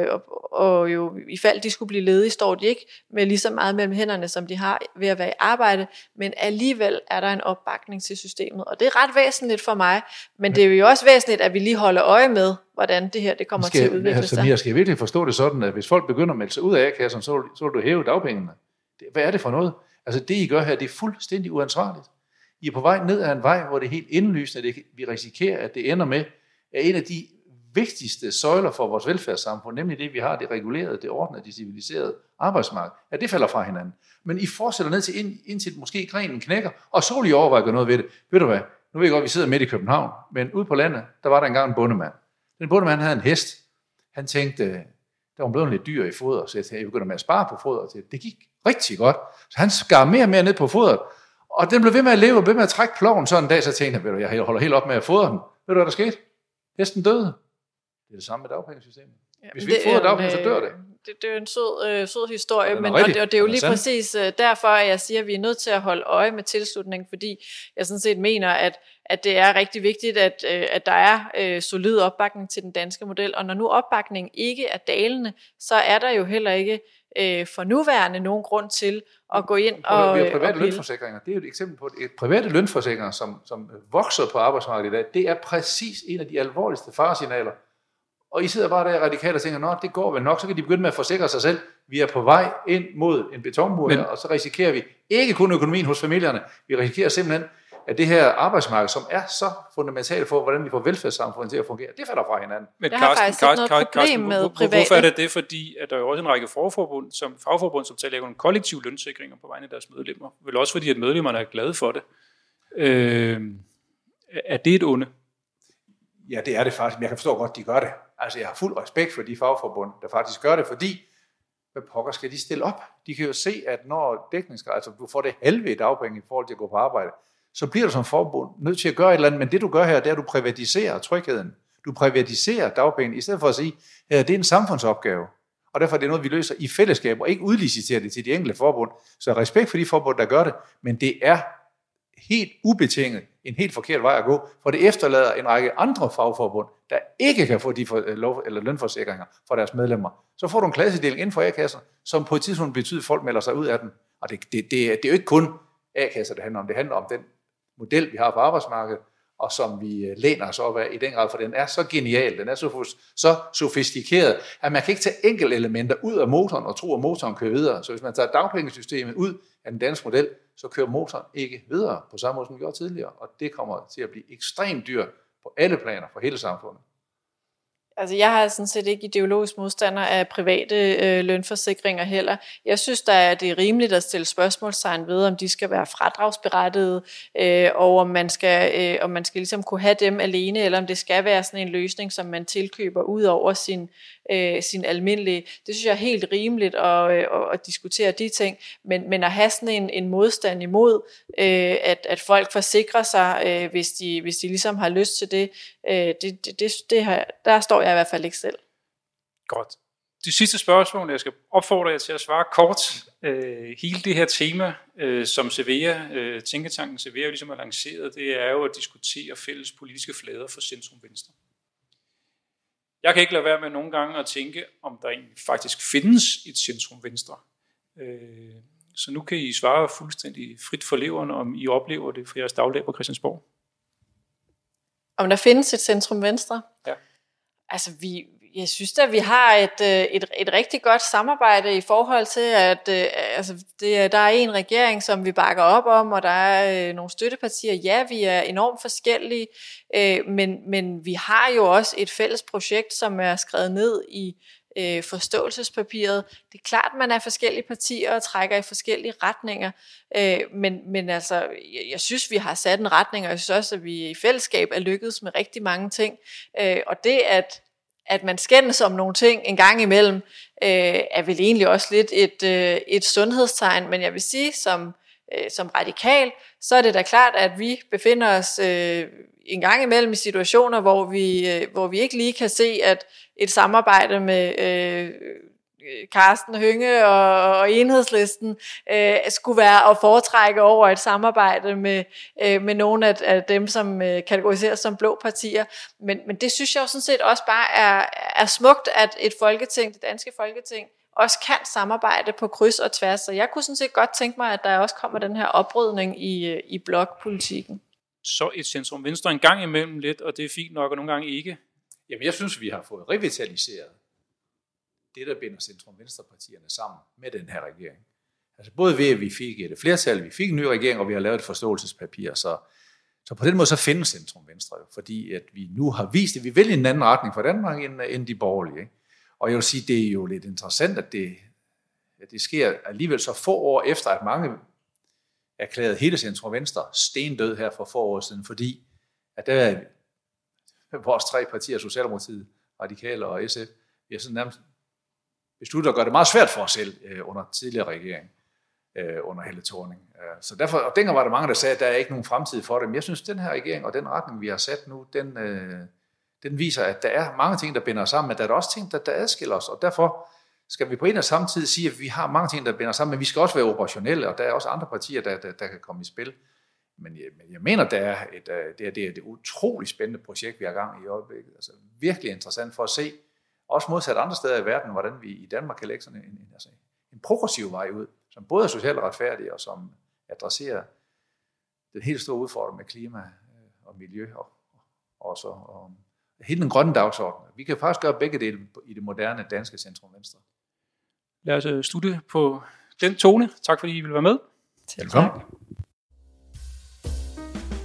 og jo i fald de skulle blive ledige, står de ikke med lige så meget mellem hænderne, som de har ved at være i arbejde, men alligevel er der en opbakning til systemet, og det er ret væsentligt for mig, men det er jo også væsentligt, at vi lige holder øje med, hvordan det her det kommer til at udvikle sig. Jeg skal virkelig forstå det sådan, at hvis folk begynder at melde sig ud af A-kassen, så vil du hæve dagpengene. Hvad er det for noget? Altså det I gør her, det er fuldstændig uansvarligt. I er på vej ned ad en vej, hvor det er helt indlysende, at vi risikerer, at det ender med, at en af de vigtigste søjler for vores velfærdssamfund, nemlig det, vi har, det regulerede, det ordnede, det civiliserede arbejdsmarked, at det falder fra hinanden. Men I fortsætter ned til, indtil måske grenen knækker, og så vil I overveje at gøre noget ved det. Ved du hvad? Nu ved jeg godt, at vi sidder midt i København, men ude på landet, der var der engang en bondemand. Den bondemand havde en hest. Han tænkte, der var blevet lidt dyr i foder, så jeg begyndte med at spare på foder. Det gik rigtig godt. Så han skar mere og mere ned på fodret, og den blev ved med at leve, og ved med at trække ploven sådan en dag, så tænkte jeg, jeg holder helt op med at fodre den. Ved du, hvad der skete? Hesten døde. Det er det samme med dagpengesystemet. Hvis vi ikke fodrer dagpenge, så dør det. Det er en sød historie, og det er jo lige præcis derfor, at jeg siger, at vi er nødt til at holde øje med tilslutning, fordi jeg sådan set mener, at det er rigtig vigtigt, at der er solid opbakning til den danske model, og når nu opbakningen ikke er dalende, så er der jo heller ikke for nuværende nogen grund til at gå ind og private lønforsikringer. Det er jo et eksempel på et private lønforsikringer, som vokser på arbejdsmarkedet i dag. Det er præcis en af de alvorligste faresignaler. Og I sidder bare der i Radikale og tænker, det går vel nok, så kan de begynde med at forsikre sig selv. Vi er på vej ind mod en betonmur, og så risikerer vi ikke kun økonomien hos familierne, vi risikerer simpelthen at det her arbejdsmarked, som er så fundamentalt for, hvordan vi får velfærdssamfundet til at fungere, det falder fra hinanden. Men jeg har faktisk ikke noget problem med private. Hvorfor er det? Fordi at der er jo også en række fagforbund, som tager nogle kollektive lønsikringer på vegne af deres medlemmer. Vel også fordi, at medlemmerne er glade for det. Er det et onde? Ja, det er det faktisk, men jeg kan forstå godt, de gør det. Altså, jeg har fuld respekt for de fagforbund, der faktisk gør det, fordi hvad pokker skal de stille op? De kan jo se, at når dækningsgrad, altså du får det halve i dagpenge i forhold til at gå på arbejde, så bliver du som forbund nødt til at gøre et eller andet, men det du gør her, det er, at du privatiserer trygheden. Du privatiserer dagpenge, i stedet for at sige, at det er en samfundsopgave, og derfor er det noget, vi løser i fællesskab, og ikke udliciterer det til de enkelte forbund. Så respekt for de forbund, der gør det, men det er helt ubetinget en helt forkert vej at gå, for det efterlader en række andre fagforbund, der ikke kan få de lønforsikringer for deres medlemmer. Så får du en klassedeling inden for A-kasser, som på et tidspunkt betyder, at folk melder sig ud af den. Og det er jo ikke kun A-kasser, det handler om. Det handler om den model, vi har på arbejdsmarkedet, og som vi læner os op af i den grad, for den er så genial, den er så sofistikeret, at man kan ikke tage enkelte elementer ud af motoren og tro, at motoren kører videre. Så hvis man tager dagpengesystemet ud af den danske model, så kører motoren ikke videre på samme måde, som den gjorde tidligere. Og det kommer til at blive ekstremt dyrt på alle planer for hele samfundet. Altså, jeg har sådan set ikke ideologisk modstander af private lønforsikringer heller. Jeg synes, det er rimeligt at stille spørgsmålstegn ved, om de skal være fradragsberettigede, og om man skal ligesom kunne have dem alene, eller om det skal være sådan en løsning, som man tilkøber ud over sin almindelige. Det synes jeg er helt rimeligt at diskutere de ting, men at have sådan en modstand imod, at folk forsikrer sig, hvis de ligesom har lyst til det, der står jeg i hvert fald ikke selv. Godt. Det sidste spørgsmål, jeg skal opfordre jer til at svare kort. Hele det her tema, som Cevea, tænketanken Cevea ligesom har lanceret, det er jo at diskutere fælles politiske flader for centrum-venstre. Jeg kan ikke lade være med nogle gange at tænke, om der egentlig faktisk findes et centrum-venstre. Så nu kan I svare fuldstændig frit for leveren, om I oplever det for jeres dagligdag på Christiansborg. Om der findes et centrum-venstre? Ja. Altså, jeg synes da, vi har et rigtig godt samarbejde i forhold til, at der er en regering, som vi bakker op om, og der er nogle støttepartier. Ja, vi er enormt forskellige, men vi har jo også et fælles projekt, som er skrevet ned i forståelsespapiret. Det er klart, at man er forskellige partier og trækker i forskellige retninger, men altså, jeg synes, vi har sat en retning, og jeg synes også, at vi i fællesskab er lykkedes med rigtig mange ting. Og det, at man skændes om nogle ting en gang imellem, er vel egentlig også lidt et sundhedstegn, men jeg vil sige, som radikal, så er det da klart, at vi befinder os en gang imellem i situationer, hvor vi ikke lige kan se, at et samarbejde med Karsten Hønge og Enhedslisten skulle være at foretrække over et samarbejde med nogle af dem, som kategoriseres som blå partier. Men det synes jeg jo sådan set også bare er smukt, at et folketing, det danske folketing, også kan samarbejde på kryds og tværs. Så jeg kunne sådan set godt tænke mig, at der også kommer den her oprydning i blokpolitikken. Så et centrum venstre en gang imellem lidt, og det er fint nok, og nogle gange ikke. Jamen, jeg synes, vi har fået revitaliseret det, der binder centrum-venstrepartierne sammen med den her regering. Altså både ved, at vi fik et flertal, vi fik en ny regering, og vi har lavet et forståelsespapir, så på den måde så findes centrum-venstre, fordi at vi nu har vist, at vi vil i en anden retning for Danmark end de borgerlige. Ikke? Og jeg vil sige, det er jo lidt interessant, at det sker alligevel så få år efter, at mange erklærede hele centrum-venstre stendød her for få år siden, fordi at der er vores tre partier, Socialdemokratiet, Radikale og SF, vi har sådan nærmest besluttet at gøre det meget svært for os selv under tidligere regering, under Helle Thorning. Så derfor, og dengang var der mange, der sagde, at der er ikke nogen fremtid for det, men jeg synes, at den her regering og den retning, vi har sat nu, den viser, at der er mange ting, der binder os sammen, men der er også ting, der adskiller os, og derfor skal vi på en og samme tid sige, at vi har mange ting, der binder os sammen, men vi skal også være operationelle, og der er også andre partier, der kan komme i spil. Men jeg mener, det er et utroligt spændende projekt, vi har gang i øjeblikket. Altså virkelig interessant for at se, også modsat andre steder i verden, hvordan vi i Danmark kan lægge sådan en progressiv vej ud, som både er socialt retfærdig, og som adresserer den helt store udfordring med klima og miljø, og hele den grønne dagsorden. Vi kan faktisk gøre begge dele i det moderne danske centrum-venstre. Lad os slutte på den tone. Tak fordi I ville være med. Velkommen.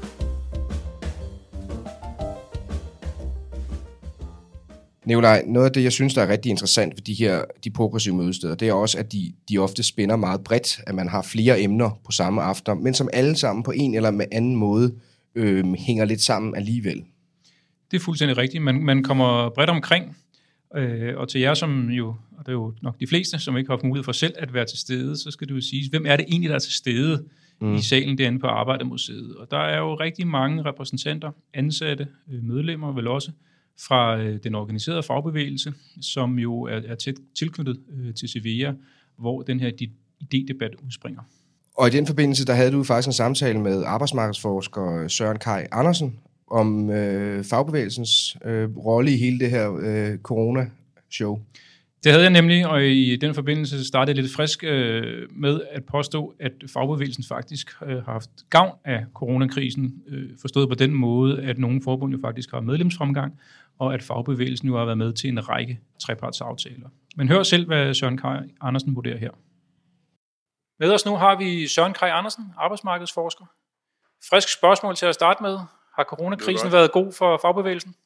Nikolaj, noget af det, jeg synes, der er rigtig interessant ved de progressive mødesteder, det er også, at de ofte spænder meget bredt, at man har flere emner på samme aften, men som alle sammen på en eller anden måde hænger lidt sammen alligevel. Det er fuldstændig rigtigt. Man kommer bredt omkring, og til jer, som jo, og det er jo nok de fleste, som ikke har haft mulighed for selv at være til stede, så skal du jo sige, hvem er det egentlig, der er til stede i salen derinde på Arbejdermuseet? Og der er jo rigtig mange repræsentanter, ansatte, medlemmer vel også, fra den organiserede fagbevægelse, som jo er tæt tilknyttet til Cevea, hvor den her idédebat udspringer. Og i den forbindelse, der havde du faktisk en samtale med arbejdsmarkedsforsker Søren Kaj Andersen om fagbevægelsens rolle i hele det her corona-show. Det havde jeg nemlig, og i den forbindelse startede jeg lidt frisk med at påstå, at fagbevægelsen faktisk har haft gavn af coronakrisen, forstået på den måde, at nogle forbund jo faktisk har medlemsfremgang, og at fagbevægelsen jo har været med til en række trepartsaftaler. Men hør selv, hvad Søren Kaj Andersen vurderer her. Med os nu har vi Søren Kaj Andersen, arbejdsmarkedsforsker. Frisk spørgsmål til at starte med. Har coronakrisen været god for fagbevægelsen?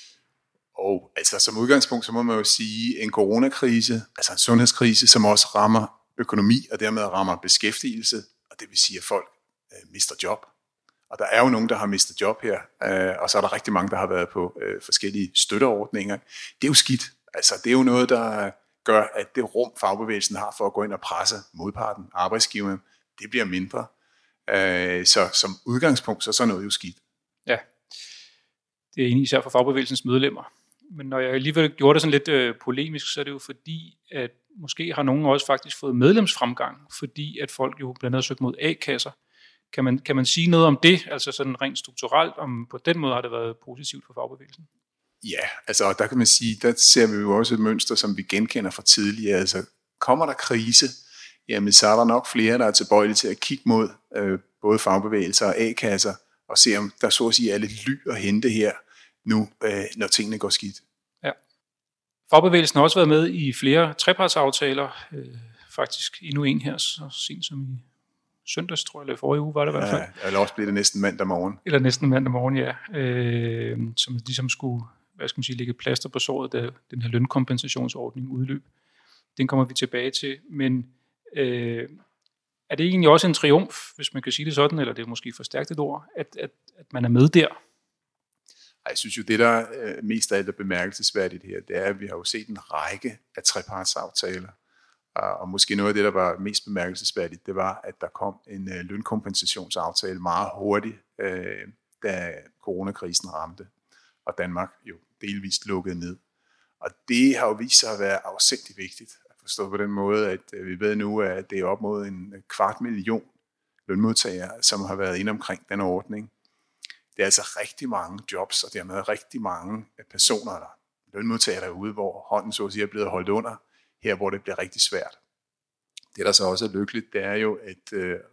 Og altså som udgangspunkt, så må man jo sige, en coronakrise, altså en sundhedskrise, som også rammer økonomi og dermed rammer beskæftigelse, og det vil sige, at folk mister job. Og der er jo nogen, der har mistet job her, og så er der rigtig mange, der har været på forskellige støtteordninger. Det er jo skidt. Altså det er jo noget, der gør, at det rum, fagbevægelsen har for at gå ind og presse modparten, arbejdsgiveren, det bliver mindre. Så som udgangspunkt, så er sådan noget jo skidt. Ja, det er egentlig især for fagbevægelsens medlemmer. Men når jeg alligevel gjorde det sådan lidt polemisk, så er det jo fordi, at måske har nogen også faktisk fået medlemsfremgang, fordi at folk jo blandt andet har søgt mod A-kasser. Kan man sige noget om det, altså sådan rent strukturelt, om på den måde har det været positivt for fagbevægelsen? Ja, altså der kan man sige, der ser vi jo også et mønster, som vi genkender fra tidligere. Altså kommer der krise, jamen så er der nok flere, der er tilbøjelige til at kigge mod både fagbevægelser og A-kasser, og se om der så at sige er lidt ly at hente her nu, når tingene går skidt. Ja. Fagbevægelsen har også været med i flere trepartsaftaler, faktisk endnu en her, så sent som i søndags, tror jeg, eller forrige uge var det i hvert fald. Ja, eller også blev det næsten mandag morgen. Eller næsten mandag morgen, ja. Som ligesom skulle, lægge plaster på såret, da den her lønkompensationsordning udløb. Den kommer vi tilbage til, men er det egentlig også en triumf, hvis man kan sige det sådan, eller det er måske for stærkt et ord, at man er med der? Jeg synes jo, det der mest af alt er bemærkelsesværdigt her, det er, at vi har jo set en række af trepartsaftaler. Og måske noget af det, der var mest bemærkelsesværdigt, det var, at der kom en lønkompensationsaftale meget hurtigt, da coronakrisen ramte, og Danmark jo delvist lukkede ned. Og det har jo vist sig at være afsindigt vigtigt at forstå på den måde, at vi ved nu, at det er op mod 250.000 lønmodtagere, som har været inde omkring den ordning. Det er altså rigtig mange jobs, og dermed rigtig mange personer, der lønmodtagere derude, hvor hånden så at sige er blevet holdt under, her hvor det bliver rigtig svært. Det der så også er lykkeligt, det er jo, at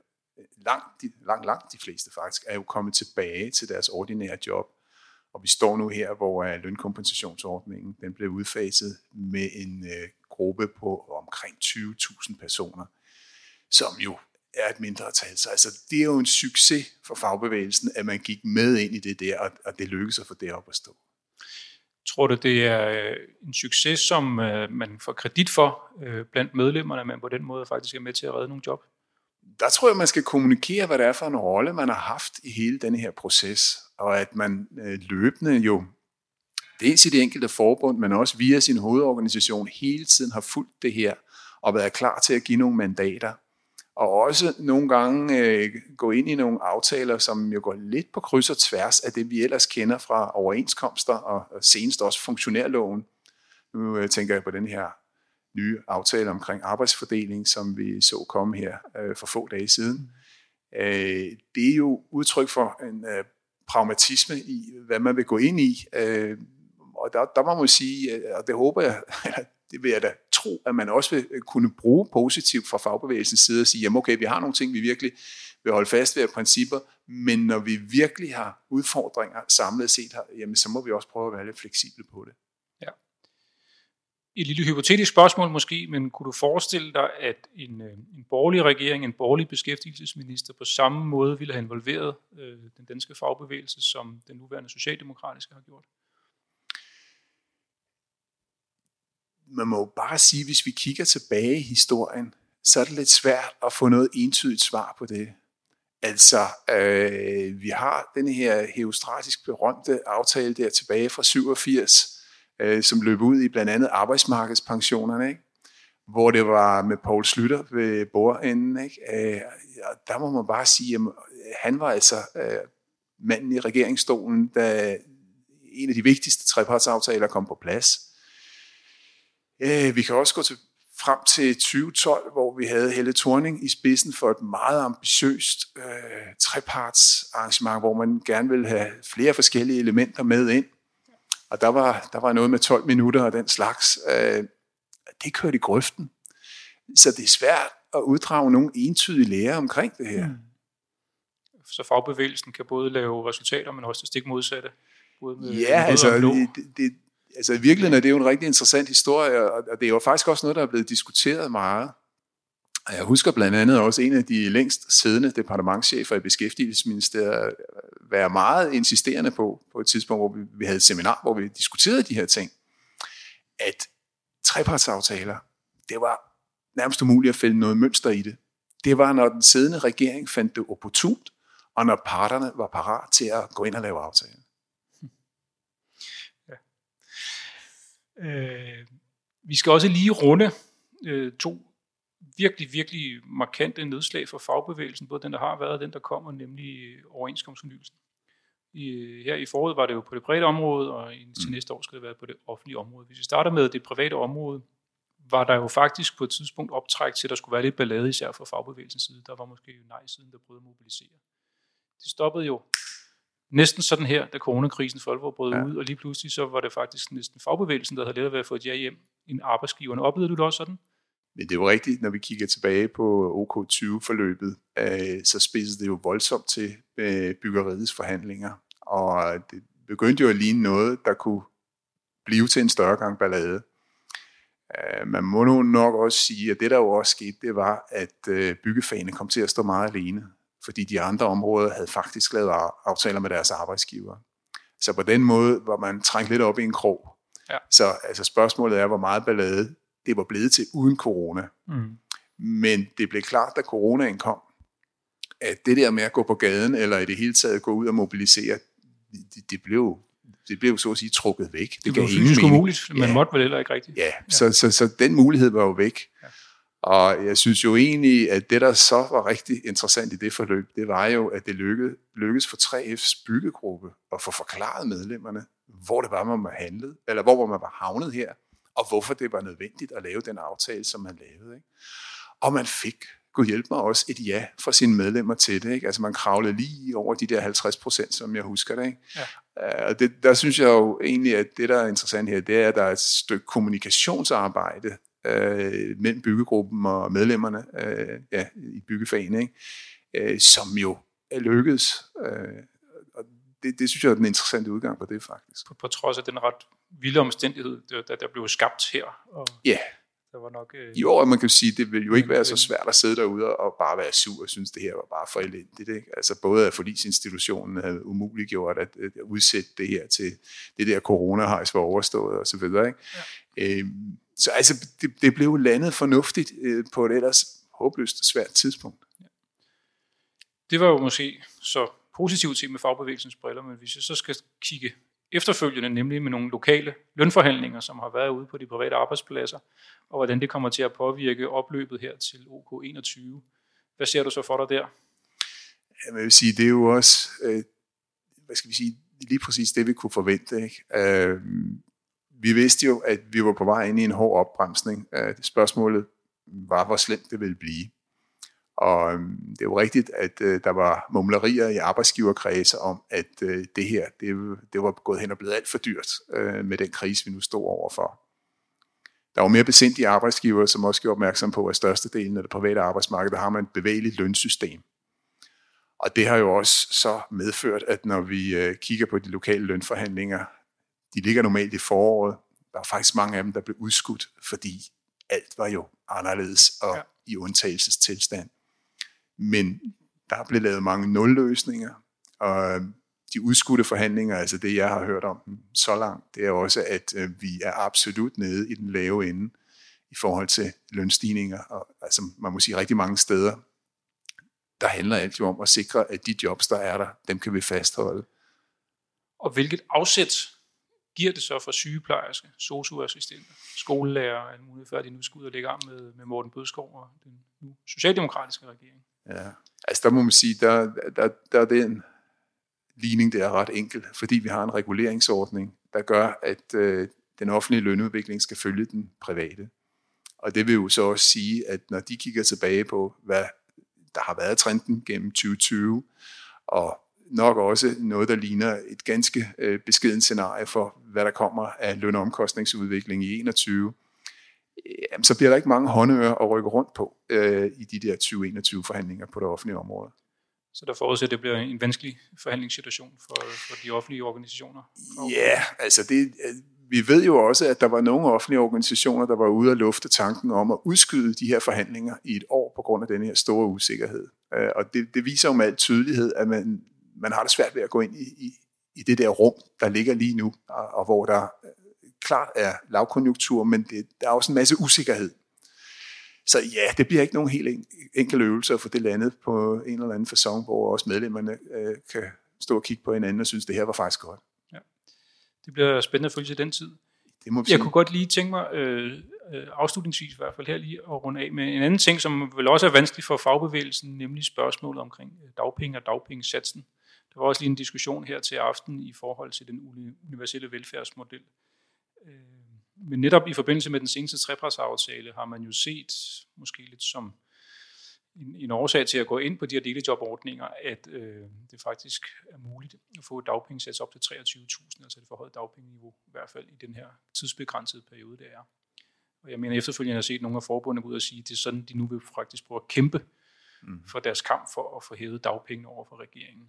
langt de fleste faktisk er jo kommet tilbage til deres ordinære job. Og vi står nu her, hvor lønkompensationsordningen den blev udfaset med en gruppe på omkring 20.000 personer, som jo er et mindretal. Så altså, det er jo en succes for fagbevægelsen, at man gik med ind i det der, og det lykkedes at få det op at stå. Tror du, det er en succes, som man får kredit for blandt medlemmerne, at man på den måde faktisk er med til at redde nogle job? Der tror jeg, man skal kommunikere, hvad det er for en rolle, man har haft i hele denne her proces, og at man løbende jo, dels i det enkelte forbund, men også via sin hovedorganisation, hele tiden har fulgt det her, og været klar til at give nogle mandater. Og også nogle gange gå ind i nogle aftaler, som jo går lidt på kryds og tværs af det, vi ellers kender fra overenskomster og senest også funktionærloven. Nu tænker jeg på den her nye aftale omkring arbejdsfordeling, som vi så komme her for få dage siden. Det er jo udtryk for en pragmatisme i, hvad man vil gå ind i. Og der må man sige, og det håber jeg, det vil jeg da tro, at man også vil kunne bruge positivt fra fagbevægelsens side og sige, jamen okay, vi har nogle ting, vi virkelig vil holde fast ved af principper, men når vi virkelig har udfordringer samlet set her, jamen så må vi også prøve at være lidt fleksible på det. Ja. Et lille hypotetisk spørgsmål måske, men kunne du forestille dig, at en borgerlig regering, en borgerlig beskæftigelsesminister på samme måde ville have involveret den danske fagbevægelse, som den nuværende socialdemokratiske har gjort? man må bare sige, hvis vi kigger tilbage i historien, så er det lidt svært at få noget entydigt svar på det. Altså, vi har den her herostratisk berømte aftale der tilbage fra 87, som løb ud i blandt andet arbejdsmarkedspensionerne, ikke? Hvor det var med Poul Schlüter ved bordenden. Ikke? Der må man bare sige, at han var altså manden i regeringsstolen, da en af de vigtigste trepartsaftaler kom på plads. Vi kan også gå frem til 2012, hvor vi havde Helle Thorning i spidsen for et meget ambitiøst trepartsarrangement, hvor man gerne ville have flere forskellige elementer med ind. Og der var noget med 12 minutter og den slags. Det kørte i grøften. Så det er svært at uddrage nogle entydige lære omkring det her. Så fagbevægelsen kan både lave resultater, men også det stik modsatte. Både med altså i virkeligheden er det jo en rigtig interessant historie, og det er jo faktisk også noget, der er blevet diskuteret meget. Og jeg husker blandt andet også en af de længst siddende departementschefer i Beskæftigelsesministeriet være meget insisterende på et tidspunkt, hvor vi havde et seminar, hvor vi diskuterede de her ting, at trepartsaftaler, det var nærmest umuligt at fælde noget mønster i det. Det var, når den siddende regering fandt det opportunt, og når parterne var parat til at gå ind og lave aftaler. Ja. Vi skal også lige runde to virkelig markante nedslag for fagbevægelsen, både den, der har været, og den, der kommer, nemlig overenskomstfornyelsen. Her i foråret var det jo på det private område, og til næste år skal det være på det offentlige område. Hvis vi starter med det private område, var der jo faktisk på et tidspunkt optræk til, at der skulle være lidt ballade, især fra fagbevægelsens side. Der var måske nej-siden, der prøvede at mobilisere. Det stoppede jo næsten sådan her, da coronakrisen for alvor brød ud, og lige pludselig så var det faktisk næsten fagbevægelsen, der havde lettere ved at få et ja hjem end arbejdsgiverne. Oplevede du det også sådan? Men det er jo rigtigt, når vi kigger tilbage på OK20-forløbet, så spidsede det jo voldsomt til byggeriets forhandlinger. Og det begyndte jo at ligne noget, der kunne blive til en større gang ballade. Man må nu nok også sige, at det der jo også skete, det var, at byggefagene kom til at stå meget alene, fordi de andre områder havde faktisk lavet aftaler med deres arbejdsgiver. Så på den måde var man trængt lidt op i en krog. Ja. Så altså spørgsmålet er, hvor meget ballade det var blevet til uden corona. Men det blev klart, da coronaen kom, at det der med at gå på gaden, eller i det hele taget gå ud og mobilisere, det blev så at sige trukket væk. Det var fysisk umuligt, man måtte vel heller ikke rigtigt. Ja. Så den mulighed var jo væk. Ja. Og jeg synes jo egentlig, at det der så var rigtig interessant i det forløb, det var jo, at det lykkedes for 3F's byggegruppe at få forklaret medlemmerne, hvor det var, man var handlet, eller hvor man var havnet her, og hvorfor det var nødvendigt at lave den aftale, som man lavede. Ikke? Og man fik, Gud hjælpe mig, også et ja fra sine medlemmer til det. Ikke? Altså man kravlede lige over de der 50%, som jeg husker det. Ikke? Ja. Og der synes jeg jo egentlig, at det, der er interessant her, det er, at der er et stykke kommunikationsarbejde mellem byggegruppen og medlemmerne i byggefagene, ikke? Som jo er lykkedes. Og det synes jeg er den interessante udgang på det, faktisk. På trods af den ret vilde omstændighed, der blev skabt her. Og der var nok, jo, man kan sige, det vil jo ikke være så svært at sidde derude og bare være sur og synes, det her var bare for elendigt. Ikke? Altså både at forligsinstitutionen havde umuliggjort at udsætte det her til det der corona-hejs var overstået og så videre. Ikke? Ja. Så altså, det blev landet fornuftigt på et ellers håbløst og svært tidspunkt. Ja. Det var jo måske så positivt set med fagbevægelsens briller, men hvis jeg så skal kigge efterfølgende, nemlig med nogle lokale lønforhandlinger, som har været ude på de private arbejdspladser, og hvordan det kommer til at påvirke opløbet her til OK21. Hvad ser du så for dig der? Jeg vil sige, det er jo også, lige præcis det, vi kunne forvente. Ikke? Vi vidste jo, at vi var på vej ind i en hård opbremsning. Spørgsmålet var, hvor slemt det ville blive. Og det er jo rigtigt, at der var mumlerier i arbejdsgiverkredse om, at det her, det var gået hen og blevet alt for dyrt med den krise, vi nu stod overfor. Der var mere besindige arbejdsgivere, som også gjorde opmærksom på, at størstedelen af det private arbejdsmarked, der har man et bevægeligt lønsystem. Og det har jo også så medført, at når vi kigger på de lokale lønforhandlinger, de ligger normalt i foråret. Der er faktisk mange af dem, der blev udskudt, fordi alt var jo anderledes og i undtagelsestilstand. Men der blev lavet mange nulløsninger, og de udskudte forhandlinger, altså det, jeg har hørt om så langt, det er også, at vi er absolut nede i den lave ende i forhold til lønstigninger. Og altså, man må sige, rigtig mange steder, der handler alt jo om at sikre, at de jobs, der er der, dem kan vi fastholde. Og hvilket afsæt giver det så for sygeplejersker, sosu-assistenter, skolelærer og alt muligt, før de nu skal ud og lægge arm med Morten Bødskov og den nu socialdemokratiske regering? Ja, altså der må man sige, der er den ligning, der er ret enkel, fordi vi har en reguleringsordning, der gør, at den offentlige lønudvikling skal følge den private. Og det vil jo så også sige, at når de kigger tilbage på, hvad der har været trenden gennem 2020, og nok også noget, der ligner et ganske beskeden scenarie for, hvad der kommer af løn- og omkostningsudvikling i 2021, så bliver der ikke mange håndører at rykke rundt på i de der 2021-forhandlinger på det offentlige område. Så der forudsætter, at det bliver en vanskelig forhandlingssituation for de offentlige organisationer? Ja, altså vi ved jo også, at der var nogle offentlige organisationer, der var ude at lufte tanken om at udskyde de her forhandlinger i et år på grund af den her store usikkerhed. Og det viser jo med al tydelighed, at man har det svært ved at gå ind i det der rum, der ligger lige nu, og hvor der klart er lavkonjunktur, men der er også en masse usikkerhed. Så ja, det bliver ikke nogen helt enkel øvelse at få det landet på en eller anden facon, hvor også medlemmerne kan stå og kigge på hinanden og synes, det her var faktisk godt. Ja. Det bliver spændende at følge til den tid. Det må vi Jeg kunne godt lige tænke mig, afslutningsvis i hvert fald her lige, at runde af med en anden ting, som vel også er vanskelig for fagbevægelsen, nemlig spørgsmålet omkring dagpenge og dagpengesatsen. Der var også lige en diskussion her til aften i forhold til den universelle velfærdsmodel. Men netop i forbindelse med den seneste trepartsaftale har man jo set, måske lidt som en årsag til at gå ind på de her delejobordninger, at det faktisk er muligt at få et dagpengesats op til 23.000, altså et forhøjet dagpengeniveau, i hvert fald i den her tidsbegrænsede periode, der er. Og jeg mener efterfølgende har set nogle af forbundene gå ud og sige, at det er sådan, de nu vil faktisk prøve at kæmpe for deres kamp for at få hævet dagpengene over for regeringen.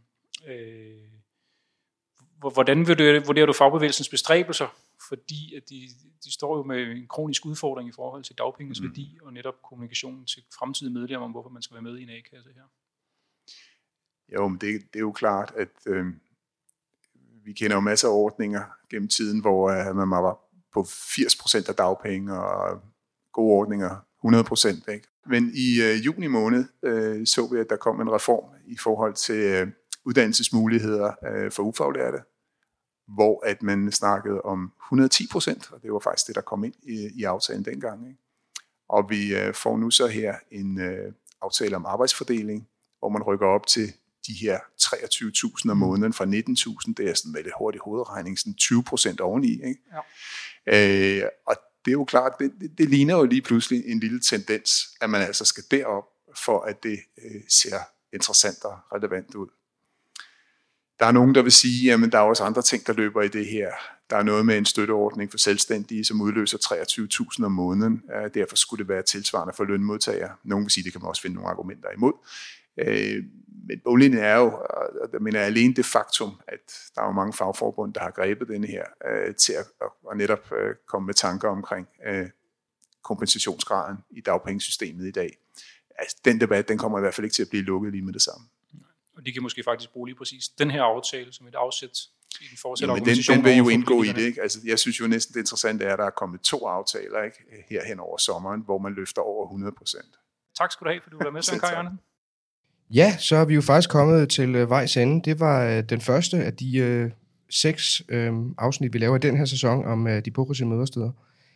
Hvordan vurderer du fagbevægelsens bestræbelser? Fordi at de står jo med en kronisk udfordring i forhold til dagpengens værdi, og netop kommunikationen til fremtidige medlemmer om, hvorfor man skal være med i en A-kasse her. Jo, men det er jo klart, at vi kender jo masser af ordninger gennem tiden, hvor man var på 80% af dagpenge, og gode ordninger 100%. Ikke? Men i juni måned så vi, at der kom en reform i forhold til uddannelsesmuligheder for ufaglærte, hvor at man snakkede om 110%, og det var faktisk det, der kom ind i aftalen dengang. Ikke? Og vi får nu så her en aftale om arbejdsfordeling, hvor man rykker op til de her 23.000 om måneden fra 19.000. Det er sådan med lidt hurtig hovedregning, sådan 20% oveni. Ikke? Ja. Og det er jo klart, det ligner jo lige pludselig en lille tendens, at man altså skal derop, for at det ser interessant og relevant ud. Der er nogen, der vil sige, at der er også andre ting, der løber i det her. Der er noget med en støtteordning for selvstændige, som udløser 23.000 om måneden. Derfor skulle det være tilsvarende for lønmodtagere. Nogen vil sige, at det kan man også finde nogle argumenter imod. Men boglinjen er jo, jeg mener alene det faktum, at der er jo mange fagforbund, der har grebet denne her til at netop komme med tanker omkring kompensationsgraden i dagpengesystemet i dag. Altså, den debat, den kommer i hvert fald ikke til at blive lukket lige med det samme. Og de kan måske faktisk bruge lige præcis den her aftale som et afsæt i den fortsatte organisation. Den vil jo indgå i det. Ikke? Altså, jeg synes jo næsten det interessante er, at der er kommet 2 aftaler ikke? Her hen over sommeren, hvor man løfter over 100%. Tak skal du have, for du var med, Søren Kaj Andersen. Ja, så er vi jo faktisk kommet til vejs ende. Det var den første af de 6 afsnit, vi laver i den her sæson om de progressive mødersteder.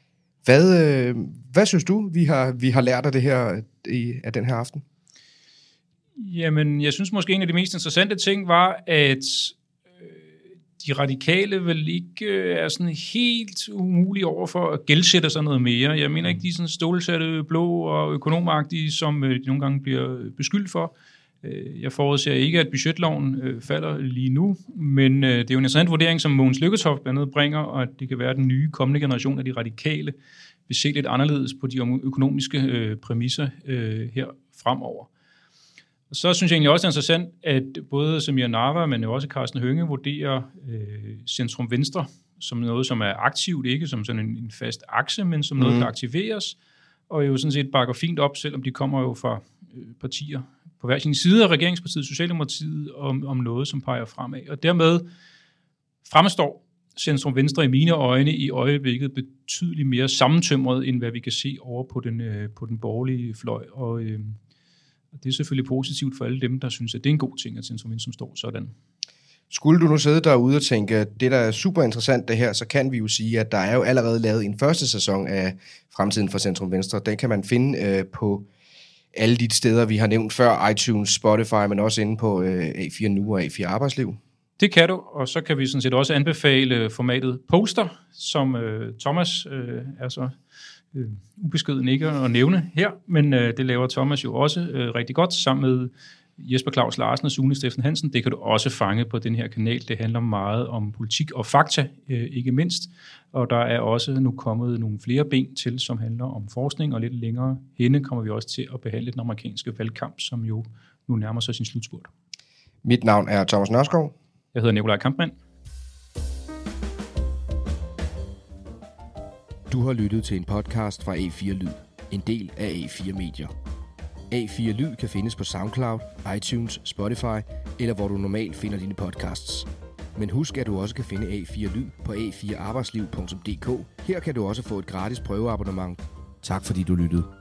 Hvad synes du, vi har lært af det her af den her aften? Jamen, jeg synes måske en af de mest interessante ting var, at de radikale vel ikke er sådan helt umulige over for at gældsætte sig noget mere. Jeg mener ikke, de er sådan stålsatte, blå og økonomagtige, som de nogle gange bliver beskyldt for. Jeg forudser ikke, at budgetloven falder lige nu, men det er jo en interessant vurdering, som Mogens Lykketoft blandt andet bringer, og at det kan være, at den nye kommende generation af de radikale vil se lidt anderledes på de økonomiske præmisser her fremover. Og så synes jeg egentlig også, det er interessant, at både Samir Nawa, men jo også Karsten Hønge vurderer centrum venstre som noget, som er aktivt, ikke som sådan en fast akse, men som noget, der aktiveres, og jo sådan set bakker fint op, selvom de kommer jo fra partier på hver sin side af regeringspartiet Socialdemokratiet om noget, som peger fremad. Og dermed fremstår centrum venstre i mine øjne i øjeblikket betydeligt mere sammentømret, end hvad vi kan se over på den borgerlige fløj. Og det er selvfølgelig positivt for alle dem, der synes, at det er en god ting, at centrum venstre står sådan. Skulle du nu sidde derude og tænke, at det der er super interessant det her, så kan vi jo sige, at der er jo allerede lavet en første sæson af Fremtiden for Centrum Venstre. Den kan man finde på alle de steder, vi har nævnt før, iTunes, Spotify, men også inde på A4 Nu og A4 Arbejdsliv. Det kan du, og så kan vi sådan set også anbefale formatet Poster, som Thomas er så ubeskeden ikke at nævne her, men det laver Thomas jo også rigtig godt sammen med Jesper Claus Larsen og Sune Steffen Hansen. Det kan du også fange på den her kanal. Det handler meget om politik og fakta, ikke mindst. Og der er også nu kommet nogle flere ben til, som handler om forskning, og lidt længere henne kommer vi også til at behandle den amerikanske valgkamp, som jo nu nærmer sig sin slutspurt. Mit navn er Thomas Nørskov. Jeg hedder Nikolaj Kampmann. Du har lyttet til en podcast fra A4 Lyd, en del af A4 Medier. A4 Lyd kan findes på SoundCloud, iTunes, Spotify eller hvor du normalt finder dine podcasts. Men husk, at du også kan finde A4 Lyd på a4arbejdsliv.dk. Her kan du også få et gratis prøveabonnement. Tak fordi du lyttede.